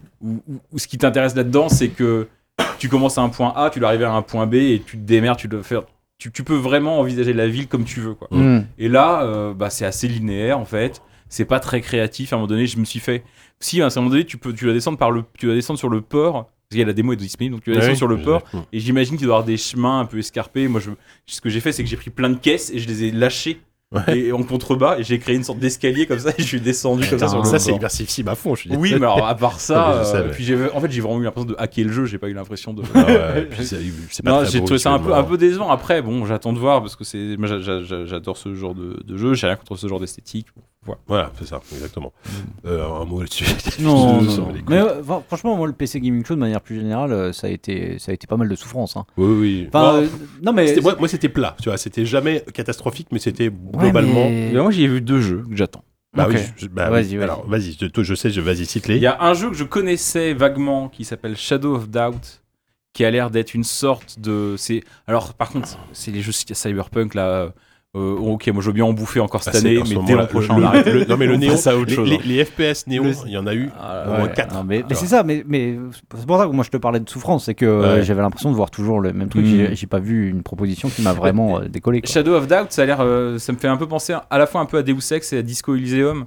ce qui t'intéresse là-dedans, c'est que tu commences à un point A, tu dois arriver à un point B et tu te démerdes, tu dois faire. Tu peux vraiment envisager la ville comme tu veux, quoi. Et là, c'est assez linéaire en fait. C'est pas très créatif. À un moment donné, je me suis fait. Si à un moment donné, tu vas descendre sur le port. Parce qu'il y a la démo est disponible, donc tu vas descendre sur le port. Et j'imagine qu'il doit y avoir des chemins un peu escarpés. Moi, ce que j'ai fait, c'est que j'ai pris plein de caisses et je les ai lâchées. Et en contrebas, et j'ai créé une sorte d'escalier comme ça et je suis descendu comme ça sur le ça c'est immersif sim à fond, je suis désolé. Oui, mais alors à part ça, puis j'ai vraiment eu l'impression de hacker le jeu, j'ai pas eu l'impression de c'est pas j'ai trouvé ça un peu décevant. Après bon, j'attends de voir parce que moi j'adore ce genre de jeu, j'ai rien contre ce genre d'esthétique. Voilà, c'est ça, exactement. Un mot là-dessus. Non. Mais franchement, moi le PC Gaming Show de manière plus générale, ça a été pas mal de souffrance. Oui. Non mais moi c'était plat, tu vois, c'était jamais catastrophique, mais c'était globalement. Moi j'ai vu 2 jeux que j'attends. Vas-y. Alors vas-y, vas-y, cite-les. Il y a un jeu que je connaissais vaguement qui s'appelle Shadow of Doubt, qui a l'air d'être une sorte de. Alors par contre, c'est les jeux Cyberpunk là. Ok, moi je veux bien en bouffer encore cette année, mais dès l'an prochain on arrête. Non mais le néon, les FPS néon, il y en a eu au moins 4. Mais c'est ça, mais c'est pour ça que moi je te parlais de souffrance, c'est que j'avais l'impression de voir toujours le même truc. J'ai pas vu une proposition qui m'a vraiment décollé. Shadow of Doubt, ça a l'air, ça me fait un peu penser à la fois un peu à Deus Ex et à Disco Elysium.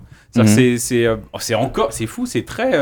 C'est encore, c'est fou, c'est très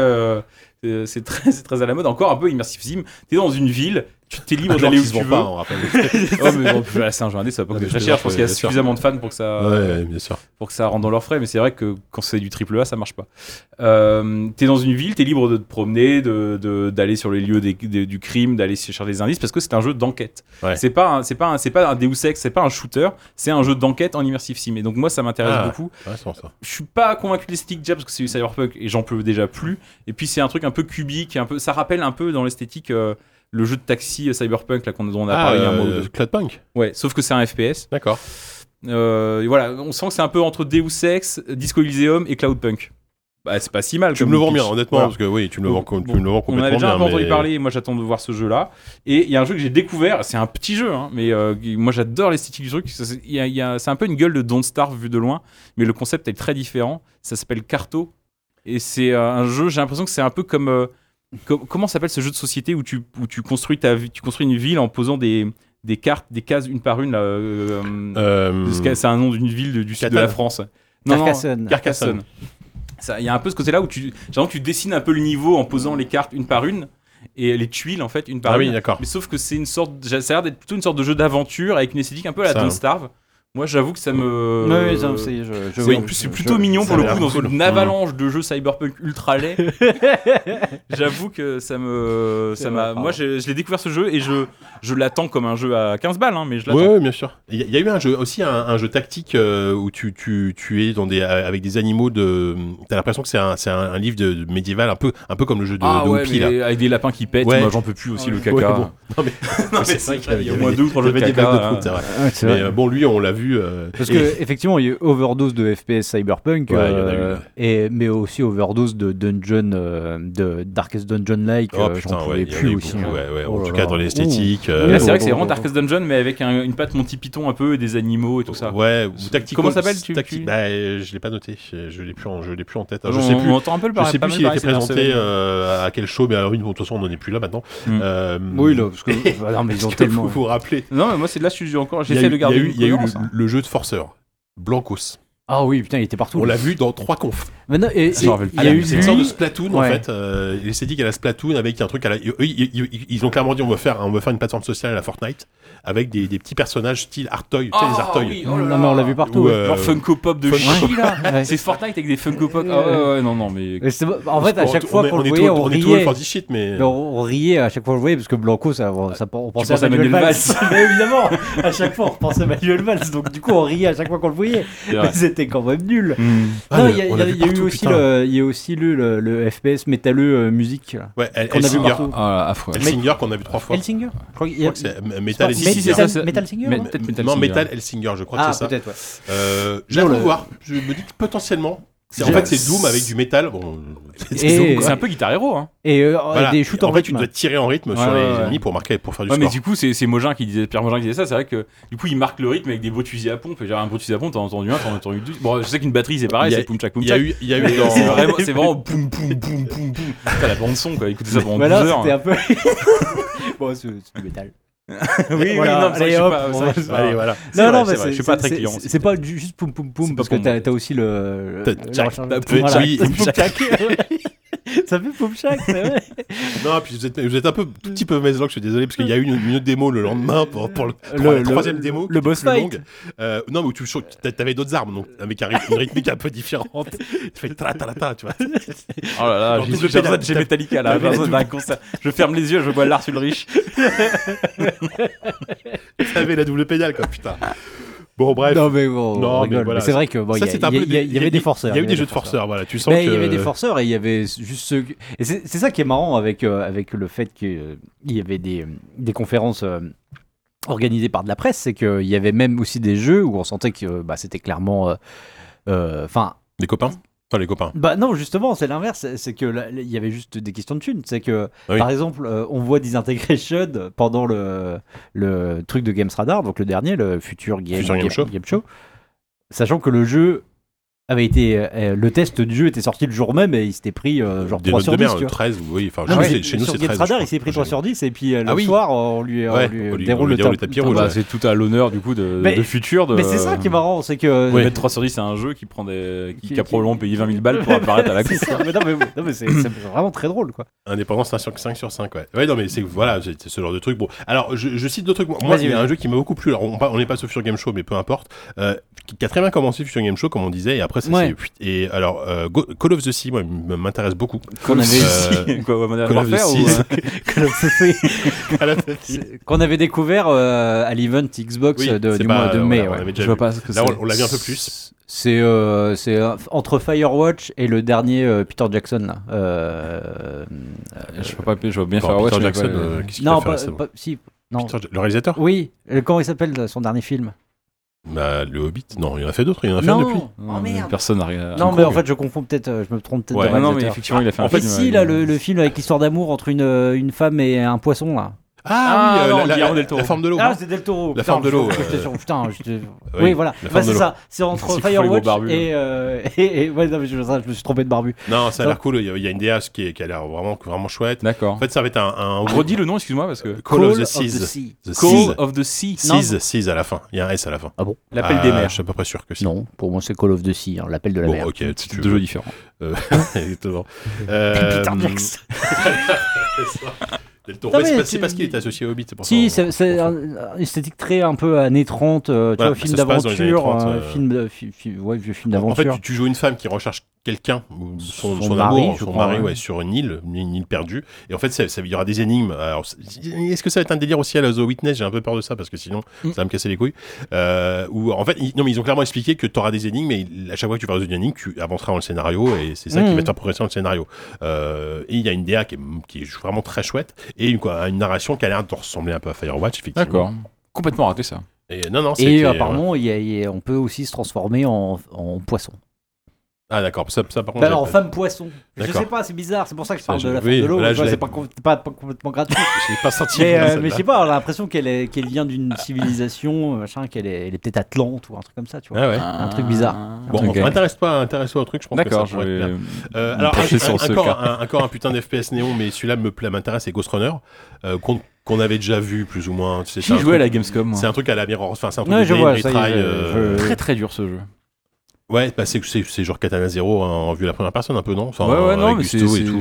à la mode, encore un peu immersive sim. T'es dans une ville, tu t'es libre d'aller où tu veux. Pas, on rappelle. C'est un jeu indé, ça va pas coûter très cher. Je pense qu'il y a suffisamment de fans pour que ça, bien sûr. Pour que ça rentre dans leurs frais. Mais c'est vrai que quand c'est du AAA, ça marche pas. T'es dans une ville, t'es libre de te promener, d'aller sur les lieux du crime, d'aller chercher des indices, parce que c'est un jeu d'enquête. Ouais. C'est pas un Deus Ex, c'est pas un shooter, c'est un jeu d'enquête en immersive sim. Et donc moi, ça m'intéresse beaucoup. Je suis pas convaincu de l'esthétique déjà parce que c'est du Cyberpunk et j'en peux déjà plus. Et puis c'est un truc un peu cubique, ça rappelle un peu dans l'esthétique. Le jeu de taxi Cyberpunk là, dont on a parlé un mois ou deux. Cloudpunk. Ouais, sauf que c'est un FPS. D'accord. Voilà, on sent que c'est un peu entre Deus Ex, Disco Elysium et Cloudpunk. C'est pas si mal. Tu me le vends bien, honnêtement, parce que oui, tu me le vends complètement bien. On avait déjà un peu entendu parler, moi j'attends de voir ce jeu-là. Et il y a un jeu que j'ai découvert, c'est un petit jeu, hein, mais moi j'adore l'esthétique du truc. C'est un peu une gueule de Don't Starve vu de loin, mais le concept est très différent. Ça s'appelle Carto. Et c'est un jeu, j'ai l'impression que c'est un peu comme... Comment s'appelle ce jeu de société où tu construis une ville en posant des cartes, des cases une par une c'est un nom d'une ville du sud de la France. Carcassonne. Il y a un peu ce côté-là où tu dessines un peu le niveau en posant les cartes une par une et les tuiles en fait une par une. Oui, d'accord. Mais sauf que ça a l'air d'être plutôt une sorte de jeu d'aventure avec une esthétique un peu à la Don't Starve. Moi, j'avoue que ça me. Oui, en plus, c'est plutôt mignon pour le coup, dans une avalanche de jeux cyberpunk ultra laid. J'avoue que ça m'a. Moi, je l'ai découvert ce jeu et je l'attends comme un jeu à 15 balles, hein, mais je l'attends. Oui, bien sûr. Il y a eu un jeu aussi, un jeu tactique où tu es avec des animaux de. T'as l'impression que c'est un livre de médiéval, un peu comme le jeu de Hopi, là. Avec des lapins qui pètent. Moi, j'en peux plus aussi le caca. Ouais, bon. Non, mais c'est vrai qu'il y a au moins 2 ou 3 jeux de des caca. de foot, c'est vrai. Mais bon, lui, on l'a vu. Parce que effectivement, il y a eu overdose de FPS Cyberpunk, il y en a eu. mais aussi overdose de Dungeon, de Darkest Dungeon-like. J'en pouvais plus aussi. En tout cas, dans l'esthétique. Là, c'est vrai que c'est vraiment Darkest Dungeon, mais avec une patte Monty Python un peu et des animaux et tout ça. Ouais, ou tactique. Comment ça s'appelle je l'ai pas noté. Je l'ai plus en tête. Je sais plus. On entend un peu le Je sais plus s'il a été présenté à quel show, mais alors de toute façon, on n'en est plus là maintenant. Oui, là, parce que non, mais ils ont tellement. Vous vous rappeler. Non, mais moi, c'est de là que je suis encore. J'essaie de garder. Il y a eu le jeu de forceur, Blancos. Ah oui, putain, il était partout. On l'a vu dans 3 confs. Maintenant, il y a eu une sorte de Splatoon en fait. L'esthétique à la Splatoon avec un truc à la. Ils ont clairement dit on va faire une plateforme sociale à la Fortnite avec des petits personnages style Artoy, tu sais les Artoy. Oui, non mais on l'a vu partout. Genre Funko Pop de Chi là. C'est Fortnite avec des Funko Pop. Non mais. En fait, à chaque fois qu'on le voyait, on riait. On riait à chaque fois qu'on le voyait parce que Blanco, on pensait à Manuel Valls. Mais évidemment, à chaque fois on repensait à Manuel Valls. Donc du coup, on riait à chaque fois qu'on le voyait. Mais c'était quand même nul. Non, il y a eu aussi le FPS métalleux musique. Ouais, Elsinger. Elsinger qu'on a vu 3 fois. Elsinger. Je crois que c'est Metal Elsinger. Metal Singer. Non, Metal Elsinger, je crois que c'est ça. Peut-être, ouais. J'attends de voir. Je me dis que potentiellement. En fait, c'est Doom avec du métal. Bon, c'est un peu Guitar Hero. Hein. Et des shoots en rythme. En fait, tu dois tirer en rythme sur les ennemis pour faire du score. Mais du coup, c'est Mogin qui disait, Pierre Mogin qui disait ça. C'est vrai que du coup, il marque le rythme avec des bruits de fusil à pompe. Genre un bruit de fusil à pompe, t'en as entendu un, t'en as entendu deux. Bon, je sais qu'une batterie, c'est pareil, c'est poum tchak poum tchak. Il y a eu c'est vraiment poum poum poum poum poum. T'as la bande son quoi. Écoutez ça pendant 12 heures. C'était un peu. Bon, c'est du métal. Oui, non, allez, voilà. Non, mais je suis pas très client. C'est pas juste poum poum poum parce que t'as aussi le. Ça fait poum chac, c'est vrai. Non, puis vous êtes un peu tout petit peu mauvaise langue, je suis désolé parce qu'il y a eu une autre démo le lendemain pour la troisième démo, le boss fight. Non, mais où t'avais d'autres armes, donc avec une rythmique un peu différente. Tu fais ta, tu vois. Oh là là, j'ai Metallica là, d'un concert. Je ferme les yeux, je vois Lars Ulrich. T'avais la double pédale quoi, putain. Bon bref. Non mais voilà. C'est vrai que il y avait des forceurs. Il y a eu des jeux de forceurs, voilà. Tu sens que il y avait des forceurs et il y avait juste ceux. Et c'est ça qui est marrant avec le fait qu'il y avait des conférences organisées par de la presse, c'est qu'il y avait même aussi des jeux où on sentait que c'était clairement, des copains. Enfin, les copains. Bah non, justement, c'est l'inverse. C'est que il y avait juste des questions de thunes. C'est que, par exemple, on voit Disintegration pendant le truc de Games Radar, donc le dernier, le Future Game Show, sachant que le jeu avait été le test du jeu était sorti le jour même et il s'était pris genre 3 sur 10 13 oui, enfin chez nous c'est 13 Games Radar il s'est pris 3 sur 10 et puis le soir on lui déroule le tapis rouge. C'est tout à l'honneur du coup de Future mais c'est ça qui est marrant, c'est que mettre 3 sur 10 c'est un jeu qui prend qui a probablement payé 20 000 balles pour apparaître à la course. Non mais c'est vraiment très drôle quoi. Indépendance 5 sur 5 ouais non mais c'est ce genre de truc. Bon alors je cite d'autres trucs. Moi il y a un jeu qui m'a beaucoup plu, alors on n'est pas sur Future Game Show mais peu importe, qui a très bien commencé Future Game Show comme on disait et après et alors Call of the Sea moi m'intéresse beaucoup. Qu'on avait découvert à l'event Xbox du mois de mai. Je vois pas ce que c'est. Là on l'a vu un peu plus. C'est entre Firewatch et le dernier Peter Jackson là. Je vois bien Firewatch. Peter Jackson. Non, non. Le réalisateur. Oui. Comment il s'appelle son dernier film? Le Hobbit. Non, il en a fait d'autres. Il en a fait un depuis. Oh merde. Personne n'a rien. Non, mais en fait, je confonds peut-être. Je me trompe peut-être. Ouais, non, mais effectivement, il a fait un film. En fait, si, là, le film avec l'histoire d'amour entre une femme et un poisson, là. La forme de l'eau. Ah, c'est Del Toro. La forme de l'eau. Putain, oui, voilà. C'est ça. C'est entre Firewatch et ouais, non, mais je me suis trompé de barbu. Non, ça a l'air cool. Il y a une DA qui a l'air vraiment chouette. D'accord. En fait, ça va être un. Redis le nom, excuse-moi, parce que. Call of the Seas. Call of the Sea. Seas à la fin. Il y a un S à la fin. Ah bon? L'appel des mers. Je suis à peu près sûr que c'est. Non, pour moi, c'est Call of the Sea, l'appel de la mer. Bon, ok, c'est deux jeux différents. Exactement. Peter Jackson. Del Toro. C'est parce qu'il est associé au Hobbit, c'est pour ça. Si, c'est une esthétique très un peu années 30, tu vois, film d'aventure, vieux film d'aventure. En fait, tu joues une femme qui recherche quelqu'un, son mari, amour, son mari, sur une île perdue. Et en fait, il y aura des énigmes. Alors, est-ce que ça va être un délire aussi à la The Witness? J'ai un peu peur de ça parce que sinon, ça va me casser les couilles. Où en fait, mais ils ont clairement expliqué que tu auras des énigmes et à chaque fois que tu vas résoudre une énigme, tu avanceras dans le scénario et c'est ça qui va te faire progresser dans le scénario. Et il y a une DA qui est vraiment très chouette et une narration qui a l'air de ressembler un peu à Firewatch, effectivement. D'accord. Complètement raté ça. Et apparemment, on peut aussi se transformer en poisson. Ah d'accord, ça par contre... en femme poisson. Je sais pas, c'est bizarre, c'est pour ça que je parle de la femme de l'eau. C'est pas complètement gratuit. Je l'ai pas senti. Mais je sais pas, on a l'impression qu'elle vient d'une civilisation, machin, qu'elle est peut-être Atlante ou un truc comme ça, tu vois. Un truc bizarre. Bon, intéresse-toi au truc, je pense que ça pourrait être bien. Alors, encore un putain d'FPS néon, mais celui-là m'intéresse, c'est Ghost Runner, qu'on avait déjà vu plus ou moins. J'ai joué à la Gamescom. C'est un truc à la Mirror, enfin c'est un truc de retry. Très très dur ce jeu. Ouais, bah c'est genre Katana Zero en vue à la première personne un peu, non? Enfin, non, mais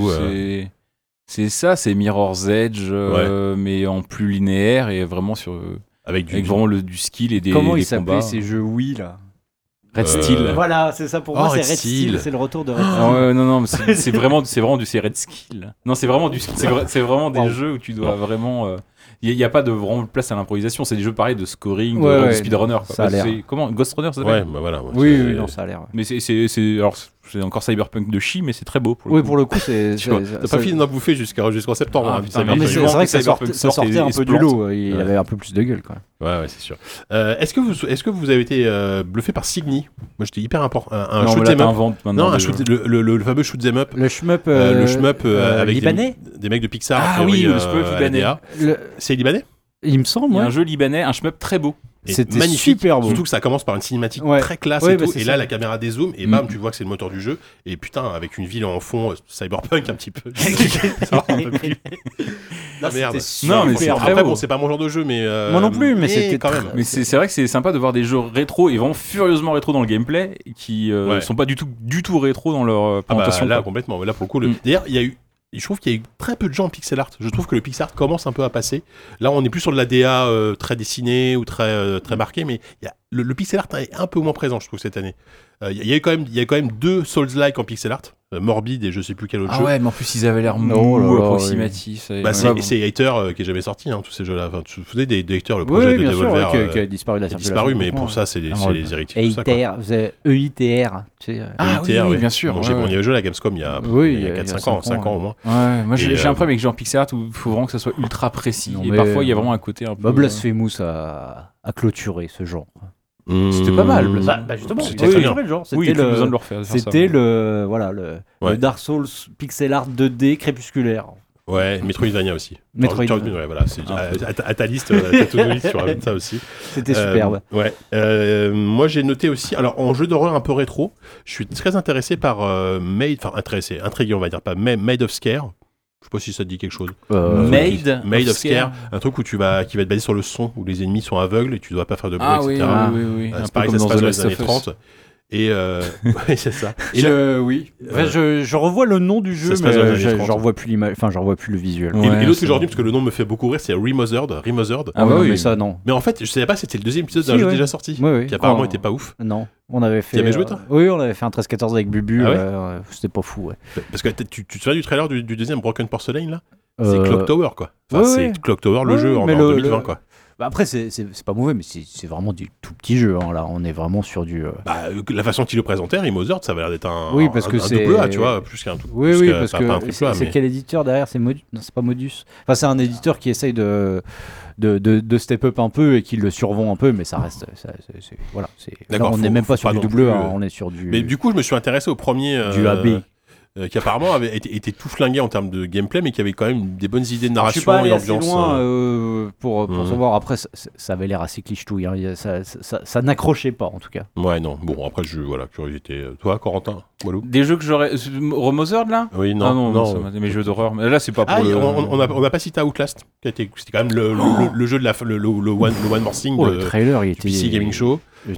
c'est ça, c'est Mirror's Edge, mais en plus linéaire et vraiment avec vraiment du skill et des Comment ils s'appelaient ces jeux Wii là? Red Steel. Voilà, c'est ça pour moi, c'est Red Steel, c'est le retour de Red Steel. Non, c'est vraiment du Red Skill. Non, c'est vraiment des jeux où tu dois vraiment il n'y a pas de vraiment place à l'improvisation, c'est des jeux pareils de scoring, de speedrunner. Ça a l'air. Comment Ghost Runner ça s'appelle? Ouais, bah voilà. Oui, non, ça a l'air. Mais c'est encore Cyberpunk de chi, mais c'est très beau. Pour le coup, c'est. T'as pas fini d'en bouffer jusqu'en septembre. Mais c'est vrai que ça sortait un peu du lot. Il avait un peu plus de gueule, quand même. Ouais, c'est sûr. Est-ce que vous avez été bluffé par Signy? Moi, j'étais hyper important. Un shoot 'em up. Non, le fameux shoot 'em up. Le shmup avec libanais. Des mecs de Pixar. Ah oui, le shmup libanais. C'est libanais? Il me semble. Il y a un jeu libanais, un shmup très beau. C'était magnifique, super beau. surtout que ça commence par une cinématique très classe et tout, et là la caméra dézoome et bam tu vois que c'est le moteur du jeu et putain avec une ville en fond cyberpunk un petit peu. Ça va un peu plus. Merde. Non mais après bon c'est pas mon genre de jeu mais moi non plus mais c'était quand même. Mais c'est vrai que c'est sympa de voir des jeux rétro et vraiment furieusement rétro dans le gameplay qui sont pas du tout rétro dans leur présentation. Là complètement, mais là pour le coup d'ailleurs il y a eu je trouve qu'il y a eu très peu de gens en pixel art. Je trouve que le pixel art commence un peu à passer. Là, on est plus sur de la DA très dessinée ou très marquée, mais le pixel art est un peu moins présent, je trouve, cette année. Il y a quand même 2 Souls-like en pixel art, Morbid et je sais plus quel autre jeu. Ah ouais, mais en plus ils avaient l'air mou, approximatifs. C'est Hater qui est jamais sorti, tous ces jeux-là. Enfin, tu te souvenais des Hater, le projet de Devolver qui a disparu de la circulation. Disparu, mais pour ça, c'est les héritiers. Hater, vous avez EITR. Oui, bien sûr. On y avait joué à la Gamescom il y a 4-5 ans, 5 ans au moins. Ouais, moi j'ai un problème avec genre pixel art où il faut vraiment que ça soit ultra précis. Et parfois il y a vraiment un côté un peu. Blasphemous a clôturé ce genre. C'était pas mal. Justement, c'était très bien. Le genre. C'était le Dark Souls pixel art 2D crépusculaire. Ouais, Metroidvania aussi. Metroidvania. Ouais, voilà, c'est à ta liste, ta to-do list, tu ramènes ça aussi. C'était superbe. Ouais. Moi, j'ai noté aussi, alors en jeu d'horreur un peu rétro, je suis très intéressé par intrigué, on va dire, pas Made of Scare. Je sais pas si ça te dit quelque chose. Made of Scare, un truc qui va être basé sur le son, où les ennemis sont aveugles et tu dois pas faire de bruit, etc. Oui. C'est pareil, ça se passe dans les années 30. Et ouais, c'est ça. Et je revois le nom du jeu, mais j'en revois plus l'image, enfin j'en revois plus le visuel. Et l'autre aujourd'hui, parce que le nom me fait beaucoup rire, c'est Remothered. Ah oui, mais ça non. Mais en fait, je savais pas, c'était le deuxième épisode d'un jeu déjà sorti, qui apparemment était pas ouf. Non, on avait fait. Tu avais joué toi? Oui, on avait fait un 13-14 avec Bubu. C'était pas fou, ouais. Parce que tu te souviens du trailer du deuxième Broken Porcelain là? C'est Clock Tower quoi. Enfin, c'est Clock Tower le jeu en 2020 quoi. Après, c'est pas mauvais, mais c'est vraiment du tout petit jeu. Hein, là, on est vraiment sur du. La façon qu'il le présentait, Remothered, ça avait l'air d'être un c'est double A, tu vois, plus qu'un tout. Oui, parce que c'est quel éditeur derrière? C'est Modus? Non, c'est pas Modus. Enfin, c'est un éditeur qui essaye de step up un peu et qui le survend un peu, mais ça reste. Voilà. Là, on n'est même pas sur du double A, on est sur du. Mais du coup, je me suis intéressé au premier. Du AB. Qui apparemment avait été tout flingué en termes de gameplay, mais qui avait quand même des bonnes idées de narration et d'ambiance. Je suis pas allé assez loin pour savoir. Après, ça avait l'air assez clichetouille. Hein. Ça n'accrochait pas, en tout cas. Ouais, non. Bon, après, curiosité. Toi, Corentin, Walou. Des jeux que j'aurais... Remothered, là? Oui, non. Ah non. Mes jeux d'horreur. Mais là, c'est pas pour on n'a pas cité Outlast. C'était quand même le jeu de le One More Thing le trailer, il était... PC Gaming Show.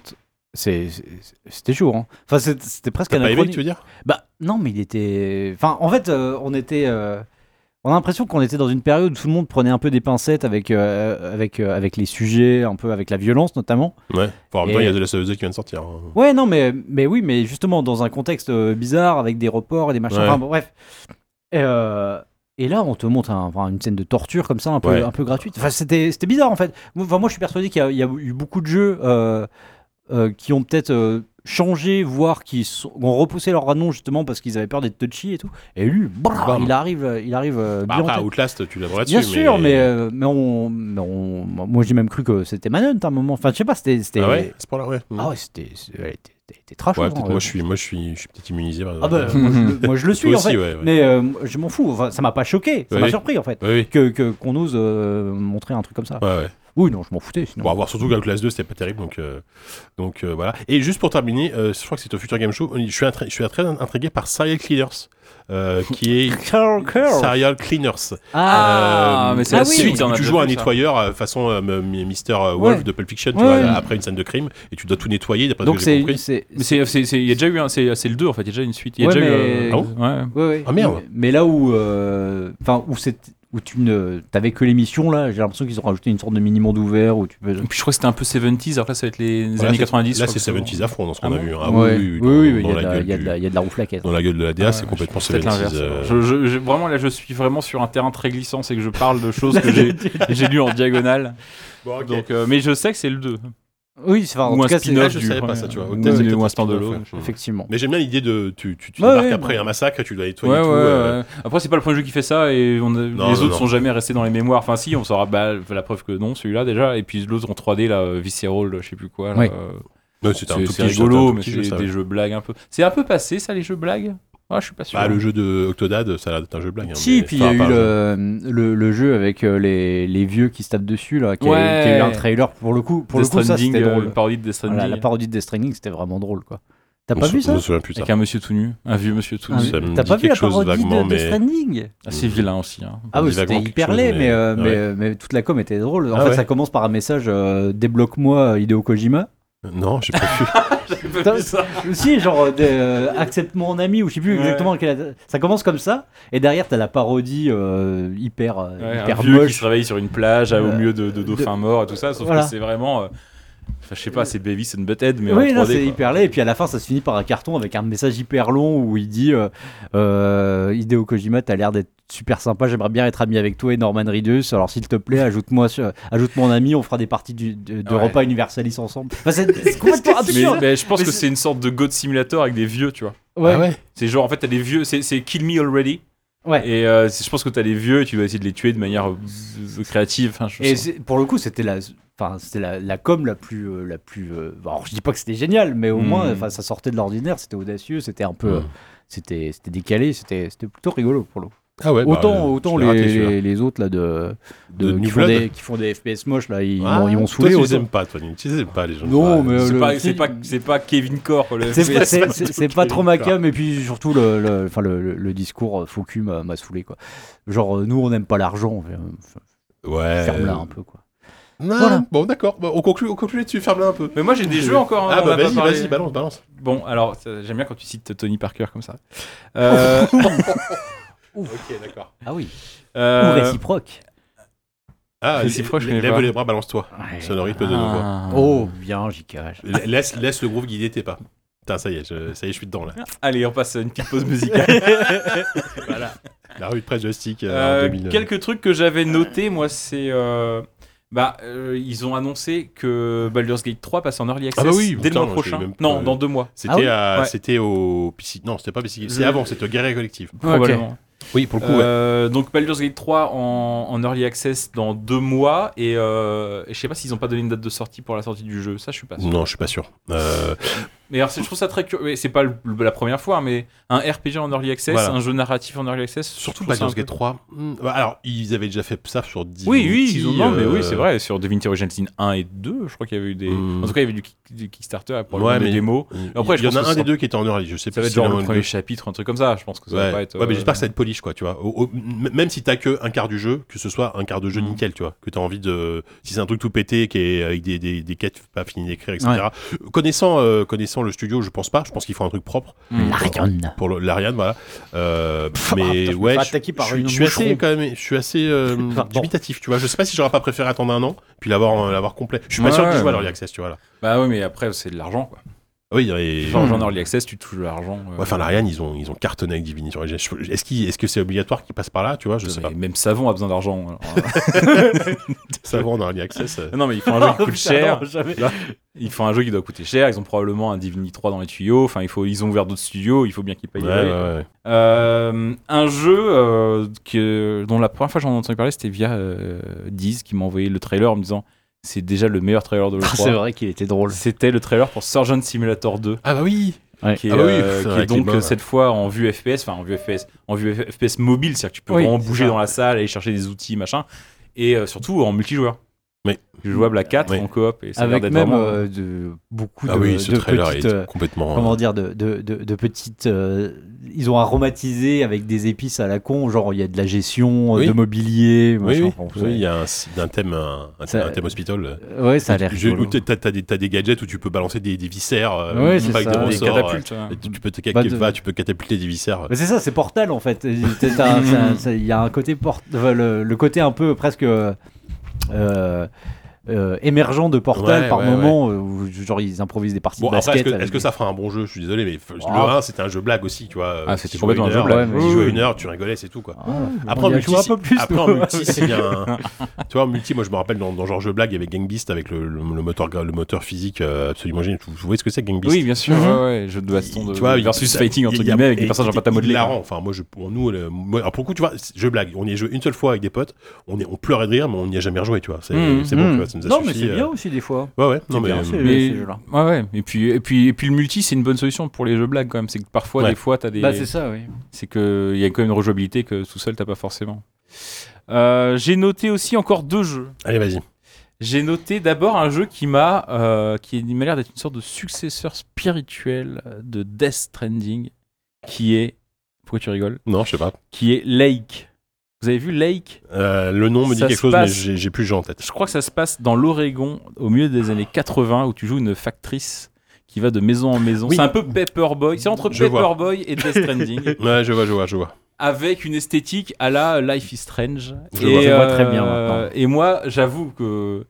C'était chaud, hein. Enfin, c'était presque anachronique. T'as pas aimé, tu veux dire? Non, mais il était. Enfin, en fait, on était On a l'impression qu'on était dans une période où tout le monde prenait un peu des pincettes avec les sujets, un peu avec la violence notamment. Ouais. En même temps, il y a de la CE2 qui vient de sortir. Ouais, non, mais oui, mais justement dans un contexte bizarre avec des reports et des machins. Ouais. Enfin, bref. Et là, on te montre une scène de torture comme ça, un peu gratuite. Enfin, c'était bizarre en fait. Enfin, moi, je suis persuadé qu'il y a eu beaucoup de jeux qui ont peut-être changé, voire qui ont repoussé leur annonce justement parce qu'ils avaient peur d'être touchy et tout. Et lui, il arrive bien. Après, Outlast, tu l'aimerais dessus. Bien sûr, mais moi j'ai même cru que c'était Manhunt à un moment. Enfin, je sais pas, c'était. Ah ouais, c'est pour là, ouais. Ah ouais, c'était trash. Ouais, peut-être moi je suis peut-être immunisé. Ah bah, moi je le suis en fait. Ouais. Mais je m'en fous. Enfin, ça m'a pas choqué, ça m'a surpris en fait. Oui. Qu'on ose montrer un truc comme ça. Ouais. Oui, non, je m'en foutais. Sinon. Bon, à voir surtout qu'Outlast 2 c'était pas terrible, donc voilà. Et juste pour terminer, je crois que c'est au Future Game Show. Je suis très intrigué par Serial Cleaners. Qui est Serial Cleaners. Mais c'est la suite. Tu joues un nettoyeur façon Mr. Wolf de Pulp Fiction, tu vois, après une scène de crime, et tu dois tout nettoyer d'après ce que j'ai compris. Il y a déjà eu c'est le 2 en fait, il y a déjà une suite. Il y a déjà eu. Ah bon ? Ouais. Ah merde. Mais là où tu n'avais que l'émission là, j'ai l'impression qu'ils ont rajouté une sorte de mini monde ouvert où tu peux. Puis je crois que c'était un peu 70s, alors là ça va être les années 90. Là c'est 70s à fond dans ce qu'on a vu. Oui, il y a de la rouflaquette. Dans la gueule de la DA, c'est complètement 70s. Vraiment là je suis vraiment sur un terrain très glissant, c'est que je parle de choses que j'ai lues en diagonale. Bon, okay. Donc mais je sais que c'est le 2. Oui, en tout cas, je savais pas ça, tu vois. Ou un stand-alone. Effectivement. Mais j'aime bien l'idée de tu débarques après un massacre, tu dois nettoyer tout. Après, c'est pas le premier jeu qui fait ça et les autres sont jamais restés dans les mémoires. Enfin, si, on saura la preuve que non, celui-là déjà. Et puis l'autre en 3D, là, Visceral, je sais plus quoi. C'est rigolo, mais c'est des jeux blagues un peu. C'est un peu passé, ça, les jeux blagues. Ah, je suis pas sûr. Le jeu de Octodad, ça a l'air d'être un jeu blague. Si, puis il y a eu le jeu avec les vieux qui se tapent dessus, là, qui a eu un trailer pour le coup. Ça c'était drôle. La parodie de Death Stranding. Voilà, la parodie de Death Stranding, c'était vraiment drôle, quoi. T'as pas vu ça ? Avec un monsieur tout nu, un vieux monsieur tout nu. T'as pas vu la parodie de Death Stranding ? Assez vilain aussi. Ah oui, c'était hyper laid, mais toute la com était drôle. En fait, ça commence par un message débloque-moi Hideo Kojima. Non, j'ai pas vu. Si, genre accepte mon ami ou je sais plus exactement ça commence comme ça et derrière t'as la parodie hyper vieux moche qui se réveille sur une plage au milieu de dauphins morts et tout ça, sauf que c'est vraiment je sais pas, c'est Beavis and Butthead, mais oui, en 3D, c'est hyper laid. Et puis à la fin, ça se finit par un carton avec un message hyper long où il dit Hideo Kojima, t'as l'air d'être super sympa, j'aimerais bien être ami avec toi et Norman Reedus. Alors s'il te plaît, ajoute mon ami, on fera des parties de repas Universalis ensemble. Enfin, c'est complètement absurde. Mais je pense que c'est une sorte de God Simulator avec des vieux, tu vois. Ouais. C'est genre, en fait, t'as des vieux, c'est Kill Me Already. Ouais. Et je pense que t'as des vieux et tu vas essayer de les tuer de manière créative. Pour le coup, c'était la com la plus alors je dis pas que c'était génial, mais au moins ça sortait de l'ordinaire, c'était audacieux, c'était un peu c'était décalé, c'était plutôt rigolo pour le coup. Ah ouais, autant les autres là qui font des FPS moches là, ils m'ont saoulé. Tu les aimes pas, toi, tu les aimes pas les gens. Non, mais c'est pas Kevin Core. C'est pas trop ma cam, et puis surtout le discours faux cul m'a saoulé, quoi. Genre nous on n'aime pas l'argent. Ferme-la un peu, quoi. Non, voilà. Bon, d'accord. On conclut là-dessus, ferme-la un peu. Mais moi j'ai des jeux encore. Ah bah vas-y, balance. Bon, alors j'aime bien quand tu cites Tony Parker comme ça. Ok, d'accord. Ah oui. Ou réciproque. Réciproque, lève les bras, balance-toi. C'est le rythme de nos voix. Oh, bien, j'y cache. Laisse le groove guider tes pas. Putain, ça y est, je suis dedans là. Allez, on passe à une petite pause musicale. Voilà. La revue de presse joystick en 2000. Quelques trucs que j'avais notés, moi, c'est... ils ont annoncé que Baldur's Gate 3 passe en Early Access dès le mois prochain. Non, dans 2 mois. C'était au PC... Non, c'était pas PC. C'est avant, c'était au Guerrier Collective. Probablement. Oui, pour le coup, donc Baldur's Gate 3 en Early Access dans 2 mois et je sais pas s'ils ont pas donné une date de sortie pour la sortie du jeu, ça je suis pas sûr. Non, je suis pas sûr. Mais alors, je trouve ça très curieux, c'est pas la première fois, mais un RPG en Early Access, un jeu narratif en Early Access. Surtout Baldur's Gate 3. Alors, ils avaient déjà fait ça sur Divinity. Oui, c'est vrai, sur Divinity Original Sin 1 et 2, je crois qu'il y avait eu des... En tout cas, il y avait du Kickstarter, probablement des démos. Après, il y en a un des deux qui était en Early, je sais pas. Ça va être genre le premier chapitre, un truc comme ça, je pense que ça va pas être... Ouais, mais j'espère que ça va être polish, quoi, tu vois. Même si t'as que un quart du jeu, que ce soit un quart de jeu nickel, tu vois, que t'as envie de... Si c'est un truc tout pété, qui est avec des quêtes pas finies d'écrire, etc. Connaissant le studio, je pense pas. Je pense qu'ils font un truc propre. L'Ariane. Pour l'Ariane, voilà. Mais ouais, je suis assez quand même, je suis assez dubitatif, tu vois. Je sais pas si j'aurais pas préféré attendre un an, puis l'avoir complet. Je suis pas sûr que je joue à l'Early Access, tu vois là. Bah oui, mais après c'est de l'argent quoi. Oui, et... genre en Early Access, tu touches de l'argent. Ouais, enfin l'Ariane, ils ont cartonné avec Divinity Original. Est-ce que c'est obligatoire qu'ils passent par là, tu vois, je sais pas. Même Savon a besoin d'argent. Savon dans Early Access. Non mais ils font un jeu qui coûte cher. Ils font un jeu qui doit coûter cher. Ils ont probablement un Divinity 3 dans les tuyaux. Enfin, ils ont ouvert d'autres studios. Il faut bien qu'ils payent. Ouais. Un jeu dont la première fois que j'en ai entendu parler, c'était via Diz qui m'a envoyé le trailer en me disant. C'est déjà le meilleur trailer de l'E3. C'est vrai qu'il était drôle. C'était le trailer pour Surgeon Simulator 2. Ah bah oui. Qui est donc cette fois en vue FPS, en vue FPS mobile, c'est-à-dire que tu peux vraiment bouger dans la salle, aller chercher des outils, machin, et surtout en multijoueur. Oui. Jouable à 4 en coop. Et ça avec a même vraiment... beaucoup ce trailer petites, est complètement... comment dire, de petites... ils ont aromatisé avec des épices à la con, genre il y a de la gestion, de mobilier, machin. Oui, il y a un thème hospital. Ouais, ça a l'air où t'as des gadgets où tu peux balancer des viscères, c'est avec ça. des catapultes. Tu peux catapulter des viscères. Mais c'est ça, c'est Portal en fait. Il y a un côté le côté un peu presque émergent de Portal par moment où genre ils improvisent des parties de basket. Est-ce que ça fera un bon jeu? Je suis désolé, mais le 1 c'était un jeu blague aussi, tu vois. Ah, c'était complètement un jeu blague. Tu jouais 1 heure, tu rigolais, c'est tout quoi. Après en multi, c'est bien. Tu vois, en multi, moi je me rappelle dans genre jeu blague, il y avait Gang Beast avec le moteur physique absolument génial. Vous voyez ce que c'est Gang Beast? Oui, bien sûr. Jeu de baston versus fighting entre guillemets avec des personnages en pâte à modeler. Enfin moi pour nous, alors pour le coup, tu vois, jeu blague, on y a joué une seule fois avec des potes, on pleurait de rire, mais on n'y a jamais rejoué, tu vois. C'est bon, tu vois. Non, mais c'est bien aussi des fois. Ouais. Non, mais ces jeux-là. Ouais. Et puis le multi, c'est une bonne solution pour les jeux blagues quand même. C'est que parfois, des fois, t'as des. Bah, c'est ça, oui. C'est qu'il y a quand même une rejouabilité que tout seul, t'as pas forcément. J'ai noté aussi encore 2 jeux. Allez, vas-y. J'ai noté d'abord un jeu qui m'a l'air d'être une sorte de successeur spirituel de Death Stranding, qui est. Pourquoi tu rigoles? Non, je sais pas. Qui est Lake. Vous avez vu Lake? Le nom me dit quelque chose, mais j'ai plus le jeu en tête. Je crois que ça se passe dans l'Oregon au milieu des années 80 où tu joues une factrice qui va de maison en maison. Oui. C'est un peu Paperboy. C'est entre Paperboy et Death Stranding. Ouais, je vois. Avec une esthétique à la Life is Strange. Je vois très bien maintenant. Et moi, j'avoue que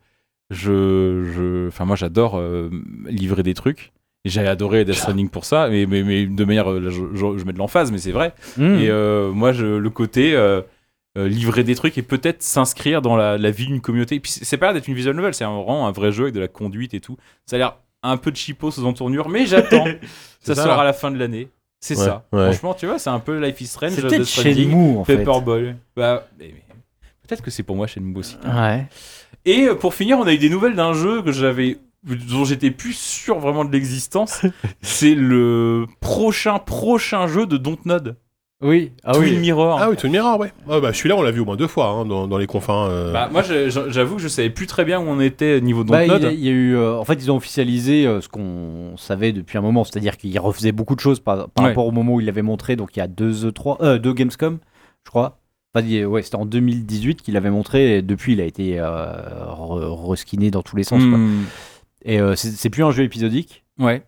moi, j'adore livrer des trucs. Et j'ai adoré Death Stranding pour ça, mais de manière, je mets de l'emphase, mais c'est vrai. Et moi, le côté livrer des trucs et peut-être s'inscrire dans la vie d'une communauté. Et puis c'est pas l'air d'être une visual novel, c'est vraiment un vrai jeu avec de la conduite et tout. Ça a l'air un peu cheapos aux entournures, mais j'attends. Ça sort à la fin de l'année. C'est ça. Franchement, tu vois, c'est un peu Life is Strange, Death Stranding, Shenmue, en fait. Paperboy. Bah, mais peut-être que c'est pour moi Shenmue aussi. Ouais. Et pour finir, on a eu des nouvelles d'un jeu dont j'étais plus sûr vraiment de l'existence. C'est le prochain jeu de Dontnod. Oui, Twin Mirror. Ah oui, Twin Mirror, ouais. Celui-là, on l'a vu au moins 2 fois dans les confins. Moi, j'avoue que je savais plus très bien où on était niveau Dontnod. Il y a eu, en fait, ils ont officialisé ce qu'on savait depuis un moment, c'est-à-dire qu'ils refaisaient beaucoup de choses par rapport au moment où ils l'avaient montré. Donc il y a 2 Gamescom, je crois. Enfin, c'était en 2018 qu'il l'avait montré. Et depuis, il a été reskiné dans tous les sens. Quoi. Et c'est plus un jeu épisodique. Ouais.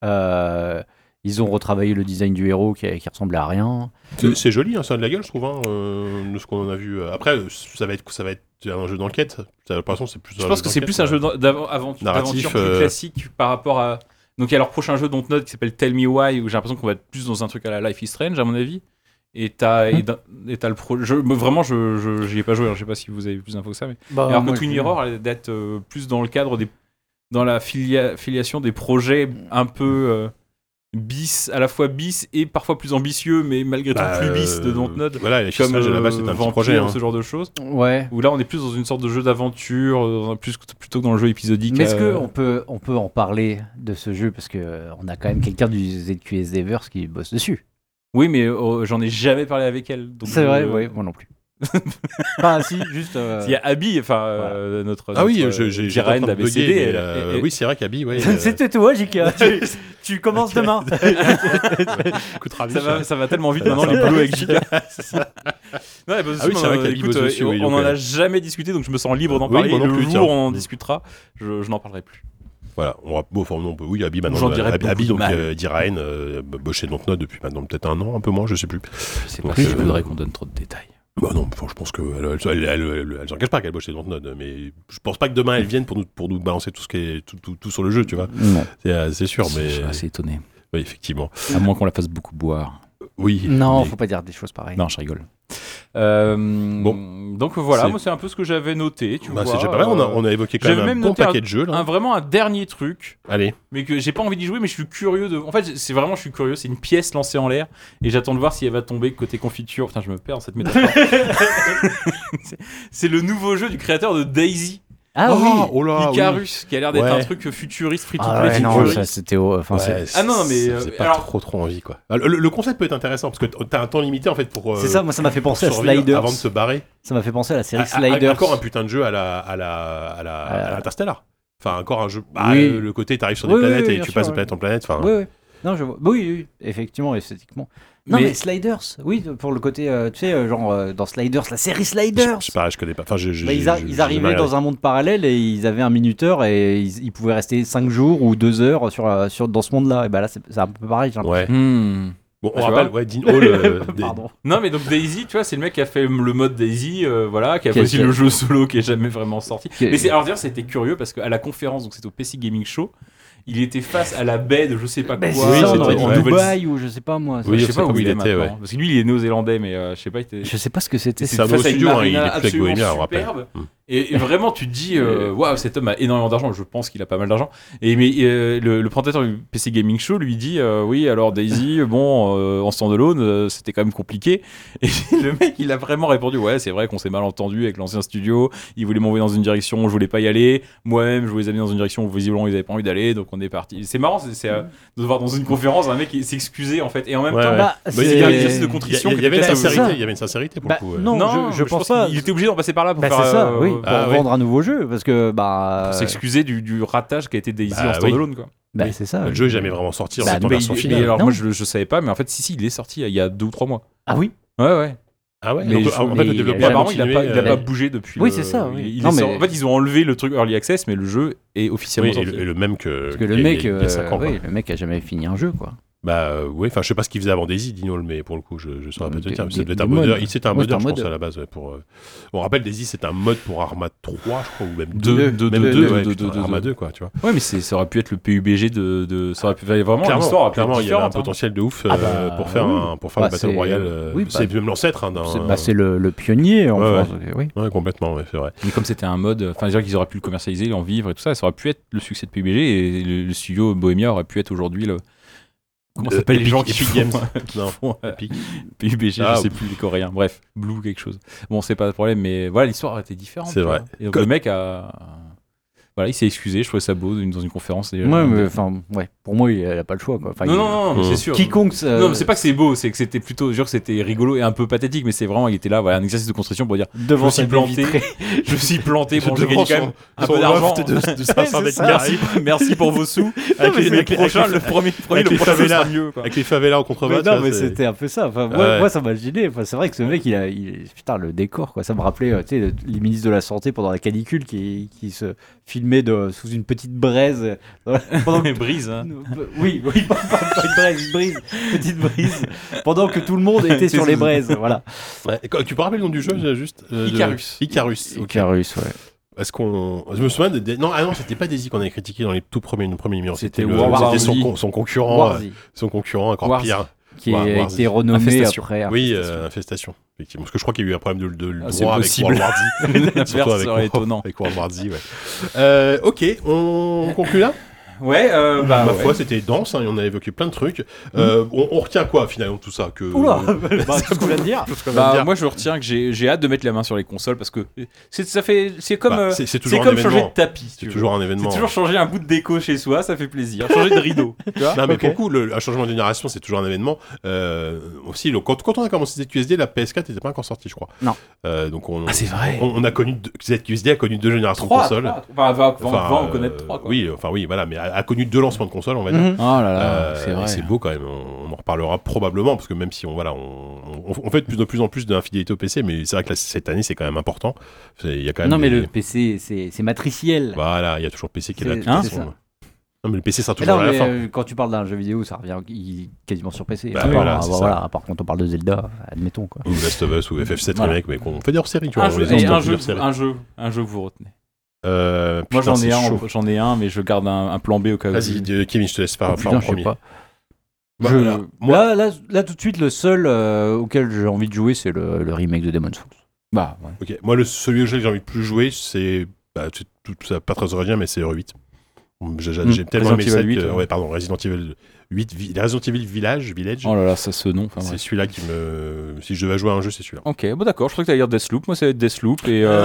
Ils ont retravaillé le design du héros qui ressemblait à rien. C'est joli, ça a de la gueule, je trouve, de ce qu'on en a vu. Après, ça va être un jeu d'enquête. J'ai l'impression que c'est plus. Je pense que c'est plus un jeu d'aventure plus classique par rapport à. Donc il y a leur prochain jeu Dontnod qui s'appelle Tell Me Why, où j'ai l'impression qu'on va être plus dans un truc à la Life is Strange, à mon avis. Et t'as le projet. Vraiment, j'y ai pas joué. Alors, je sais pas si vous avez plus d'infos que ça, mais. Alors que Twin Mirror elle d'être plus dans le cadre dans la filiation des projets un peu. À la fois bis et parfois plus ambitieux, mais malgré tout plus bis de Dontnod. Voilà, comme à la base, c'est un petit projet, ce genre de choses. Ouais. Où là, on est plus dans une sorte de jeu d'aventure, plutôt que dans le jeu épisodique. Mais est-ce qu'on peut en parler de ce jeu, parce qu'on a quand même quelqu'un du ZQSDverse qui bosse dessus. Oui, mais j'en ai jamais parlé avec elle. C'est vrai, oui, moi non plus. Enfin, si, juste. Il y a Abby, notre. Ah oui, j'ai rien d'ABCD. Oui, c'est vrai qu'Abby, ouais. C'était toi, JK. Tu commences demain. Ça va tellement vite maintenant, les boulots avec JK. Non, oui, c'est vrai qu'Abby bosse dessus. On en a jamais discuté, donc je me sens libre d'en parler. Le jour où on en discutera, je n'en parlerai plus. Voilà, oui, Abby maintenant. J'en dirais Abby, donc mal. d'Iraen, bosse chez Dontnod depuis maintenant peut-être un an, un peu moins, je sais plus. Je sais pas si je voudrais qu'on donne trop de détails. Bah non, je pense qu'elle s'engage pas qu'elle bosse chez Dontnod, mais je pense pas que demain elle vienne pour nous balancer tout ce qui est tout sur le jeu, tu vois. Non. C'est sûr, mais. Je suis assez étonné. Oui, effectivement. À moins qu'on la fasse beaucoup boire. Oui. Non, mais... faut pas dire des choses pareilles. Non, je rigole. Donc voilà, moi c'est un peu ce que j'avais noté. Tu vois, c'est déjà pas mal, on a évoqué quand même un bon paquet de jeux. Là. Vraiment un dernier truc. Allez. Mais que j'ai pas envie d'y jouer, mais je suis curieux de. En fait, je suis curieux. C'est une pièce lancée en l'air et j'attends de voir si elle va tomber côté confiture. Putain, je me perds dans cette métaphore. c'est le nouveau jeu du créateur de Daisy. Ah oui, Icarus, qui a l'air d'être un truc futuriste, free-to-play. Non, ça c'était. non, mais c'est pas trop envie quoi. Le concept peut être intéressant parce que t'as un temps limité en fait pour. C'est ça, moi ça m'a fait penser à Sliders. Avant de se barrer. Ça m'a fait penser à la série Sliders. Encore un putain de jeu à la Interstellar. Enfin, encore un jeu. Le côté, t'arrives sur des planètes et tu passes de planète en planète. Oui. Non, je vois. Oui, effectivement, esthétiquement. Non, mais Sliders, oui, pour le côté, tu sais, genre dans Sliders, la série Sliders. Je sais pas, je connais pas. Enfin, ils arrivaient dans un monde parallèle et ils avaient un minuteur et ils pouvaient rester 5 jours ou 2 heures dans ce monde-là. Et bah là, c'est un peu pareil, j'ai l'impression. Ouais. Bon, on rappelle, Dean Hall. Pardon. Non, mais donc Daisy, tu vois, c'est le mec qui a fait le mode Daisy, qui a fait aussi le jeu solo qui est jamais vraiment sorti. Mais alors dire, c'était curieux parce qu'à la conférence, donc c'était au PC Gaming Show. Il était face à la baie de je sais pas quoi. En Dubaï ou je sais pas moi. Oui, je sais pas où il est maintenant. Ouais. Parce que lui, il est néo-zélandais, mais je sais pas. Je sais pas ce que c'était. C'est un nouveau studio, il est plus avec Bohemia, on rappelle. Et vraiment, tu te dis, waouh, cet homme a énormément d'argent. Je pense qu'il a pas mal d'argent. Mais le présentateur du PC Gaming Show lui dit, oui, alors Daisy, en standalone, c'était quand même compliqué. Et le mec, il a vraiment répondu, ouais, c'est vrai qu'on s'est mal entendu avec l'ancien studio. Il voulait m'envoyer dans une direction, je voulais pas y aller. Moi-même, je voulais les amener dans une direction où visiblement ils avaient pas envie d'aller, donc on est parti. C'est marrant, c'est de voir dans une conférence un mec qui s'excusait en fait, et en même temps, il y a un exercice de contrition. Il y avait une sincérité pour le coup. Non, je pense pas. Il était obligé d'en passer par là pour faire. C'est ça, oui. Pour vendre un nouveau jeu parce que pour s'excuser du ratage qui a été Daisy en standalone quoi. C'est ça. Le jeu est jamais vraiment sorti en version finale. Alors moi je savais pas, mais en fait si il est sorti il y a 2 ou 3 mois. Ah oui. Ouais. Ah ouais. Mais en fait le développement apparemment il a pas bougé depuis. Oui c'est ça. En fait ils ont enlevé le truc Early Access, mais le jeu est officiellement sorti. Et le même que. Parce que le mec, le mec a jamais fini un jeu quoi. Oui, enfin je sais pas ce qu'il faisait avant Daisy, Dino, mais pour le coup je saurais pas te dire. Ça devait être un modeur. C'était un modeur, je pense à la base. On rappelle Daisy, c'est un mode pour Arma 3, je crois, ou même 2. Arma 2 quoi, tu vois. Ouais, mais ça aurait pu être le PUBG ça aurait pu vraiment l'histoire. Clairement, il y avait un potentiel de ouf pour faire le Battle Royale. C'est même l'ancêtre. C'est le pionnier en France. Oui, complètement, c'est vrai. Mais comme c'était un mode, enfin, qu'ils auraient pu le commercialiser, en vivre et tout ça, ça aurait pu être le succès de PUBG et le studio Bohemia aurait pu être aujourd'hui le. Comment s'appellent les gens qui Epic font Epic PUBG, je sais plus, les Coréens. Bref, Blue quelque chose. Bon, c'est pas le problème, mais voilà, l'histoire était différente. C'est vrai. Et donc, le mec voilà, il s'est excusé, je trouvais ça beau dans une conférence. Mais pour moi, il a pas le choix quoi. Non, c'est sûr. Quiconque. Non, mais c'est pas que c'est beau, c'est que c'était plutôt, je jure que c'était rigolo et un peu pathétique, mais c'est vraiment, il était là, voilà, un exercice de construction pour dire, je me suis planté, bon, j'ai gagné quand même un peu d'argent. de 500 mètres carrés. Merci pour vos sous. Le premier sera mieux. Avec les favelas en contrebas. Non, mais c'était un peu ça. Moi, ça m'a gêné. C'est vrai que ce mec, putain, le décor, quoi. Ça me rappelait, tu sais, les ministres de la Santé pendant la canicule qui se filmaient sous une petite braise. Pendant une brise, hein. Oui, pas une braise, une brise. Petite brise. Pendant que tout le monde était sur les braises, voilà. Tu peux rappeler le nom du jeu, juste Icarus. Icarus, ouais. Est-ce qu'on. Je me souviens non, c'était pas Daisy qu'on avait critiqué dans les tout premiers numéros. C'était son concurrent. Son concurrent, encore pire. Qui a été renommé après. Oui, Infestation. Effectivement. Parce que je crois qu'il y a eu un problème de droit avec World War Z. Surtout avec World War Z, ouais. Ok, on conclut là. Ouais, ma foi, c'était dense, on a évoqué plein de trucs. On retient quoi finalement tout ça que ce qu'on vient de dire. Moi, je retiens que j'ai hâte de mettre la main sur les consoles parce que c'est comme changer de tapis. C'est toujours un événement. C'est toujours changer un bout de déco chez soi, ça fait plaisir. Changer de rideau. Non, mais pour le coup, un changement de génération, c'est toujours un événement. Aussi, quand on a commencé ZQSD, la PS4 n'était pas encore sortie, je crois. Non. Donc c'est vrai. On a connu ZQSD a connu 2 générations de consoles. Va en connaître 3. Oui, voilà, mais a connu 2 lancements de consoles, on va dire. Oh là là, c'est vrai. C'est beau quand même. On en reparlera probablement parce que même si on fait de plus en plus d'infidélité au PC, mais c'est vrai que cette année c'est quand même important. Il y a quand même mais le PC c'est matriciel. Voilà, il y a toujours PC qui est là. Non, mais le PC sera toujours à la fin. Quand tu parles d'un jeu vidéo, ça revient quasiment sur PC. Bah, voilà, par contre, on parle de Zelda, admettons. Quoi. Ou Last of Us ou FF7 Remake, mais qu'on fait des hors-séries, tu vois. Un jeu que vous retenez. Moi, j'en ai un, mais je garde un plan B au cas où. Vas-y, Kevin, je te laisse faire en premier. Là, tout de suite, le seul auquel j'ai envie de jouer, c'est le remake de Demon's Souls. Bah, ouais. Ok, moi, celui que j'ai envie de plus jouer, c'est tout ça, pas très original, mais c'est RE8. J'ai tellement aimé ça que... Resident Evil 8, Resident Evil Village. Oh là là, ça ce nom. C'est celui-là qui me... Si je devais jouer à un jeu, c'est celui-là. Ok, bon d'accord, je crois que t'allais dire Deathloop. Moi, ça va être Deathloop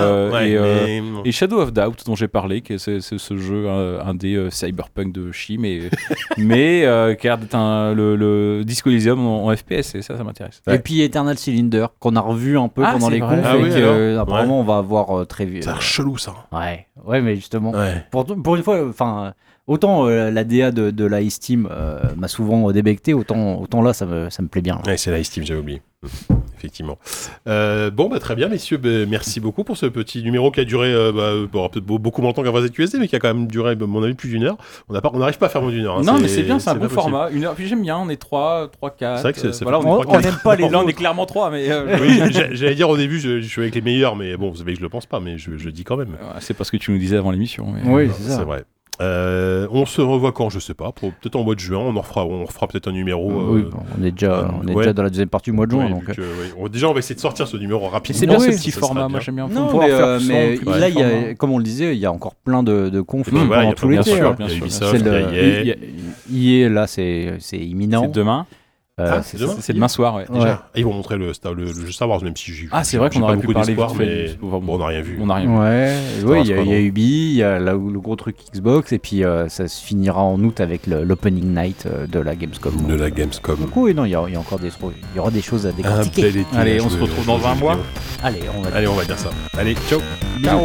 et Shadow of Doubt, dont j'ai parlé, qui est ce jeu indé cyberpunk de chi, mais qui a l'air d'être le Disco Elysium en FPS, et ça m'intéresse. Ouais. Et puis Eternal Cylinder, qu'on a revu un peu pendant les confs, apparemment on va voir très vite. C'est l'air chelou, ça. Ouais, mais justement, pour une fois, enfin... Autant la DA de la Ice Team m'a souvent débecté, autant là ça me plaît bien. Ouais, c'est la Ice Team, j'avais oublié. Effectivement. Très bien, messieurs. Merci beaucoup pour ce petit numéro qui a duré peut-être beaucoup moins longtemps qu'un ZQSD, mais qui a quand même duré, à mon avis, plus d'une heure. On n'arrive pas à faire moins d'une heure. Hein. Non, mais c'est bien, c'est un bon format. Une heure. Puis j'aime bien, on est 3, 4. C'est vrai que voilà, on n'aime pas les. Là, on est clairement 3, mais. Oui, j'allais dire au début, je suis avec les meilleurs, mais bon, vous savez que je le pense pas, mais je le dis quand même. C'est parce que tu nous disais avant l'émission. Mais... Oui, c'est vrai. On se revoit quand, je sais pas, peut-être en mois de juin, on fera peut-être un numéro. Oui, on est déjà dans la deuxième partie du mois de juin. Donc. Déjà, on va essayer de sortir ce numéro rapidement. C'est bien ce petit format, moi j'aime bien. Non, mais là, comme on le disait, il y a encore plein de confs pendant tout l'été. Il y a Ubisoft, il y a EA, là, c'est imminent. C'est demain. C'est demain soir, ouais. Déjà. Ils vont montrer le jeu Star Wars, même si j'ai. C'est vrai qu'on aurait pu parler vite mais on n'a rien vu. Ouais, il y a Ubi, il y a le gros truc Xbox, et puis ça se finira en août avec l'opening night de la Gamescom. Donc oui, non, il y aura des choses à décortiquer. Allez, on se retrouve dans 20 mois. Allez, on va dire ça. Allez, ciao. Ciao.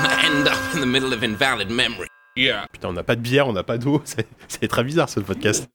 Middle of invalid memory. Yeah. Putain, on n'a pas de bière, on n'a pas d'eau, c'est très bizarre ce podcast.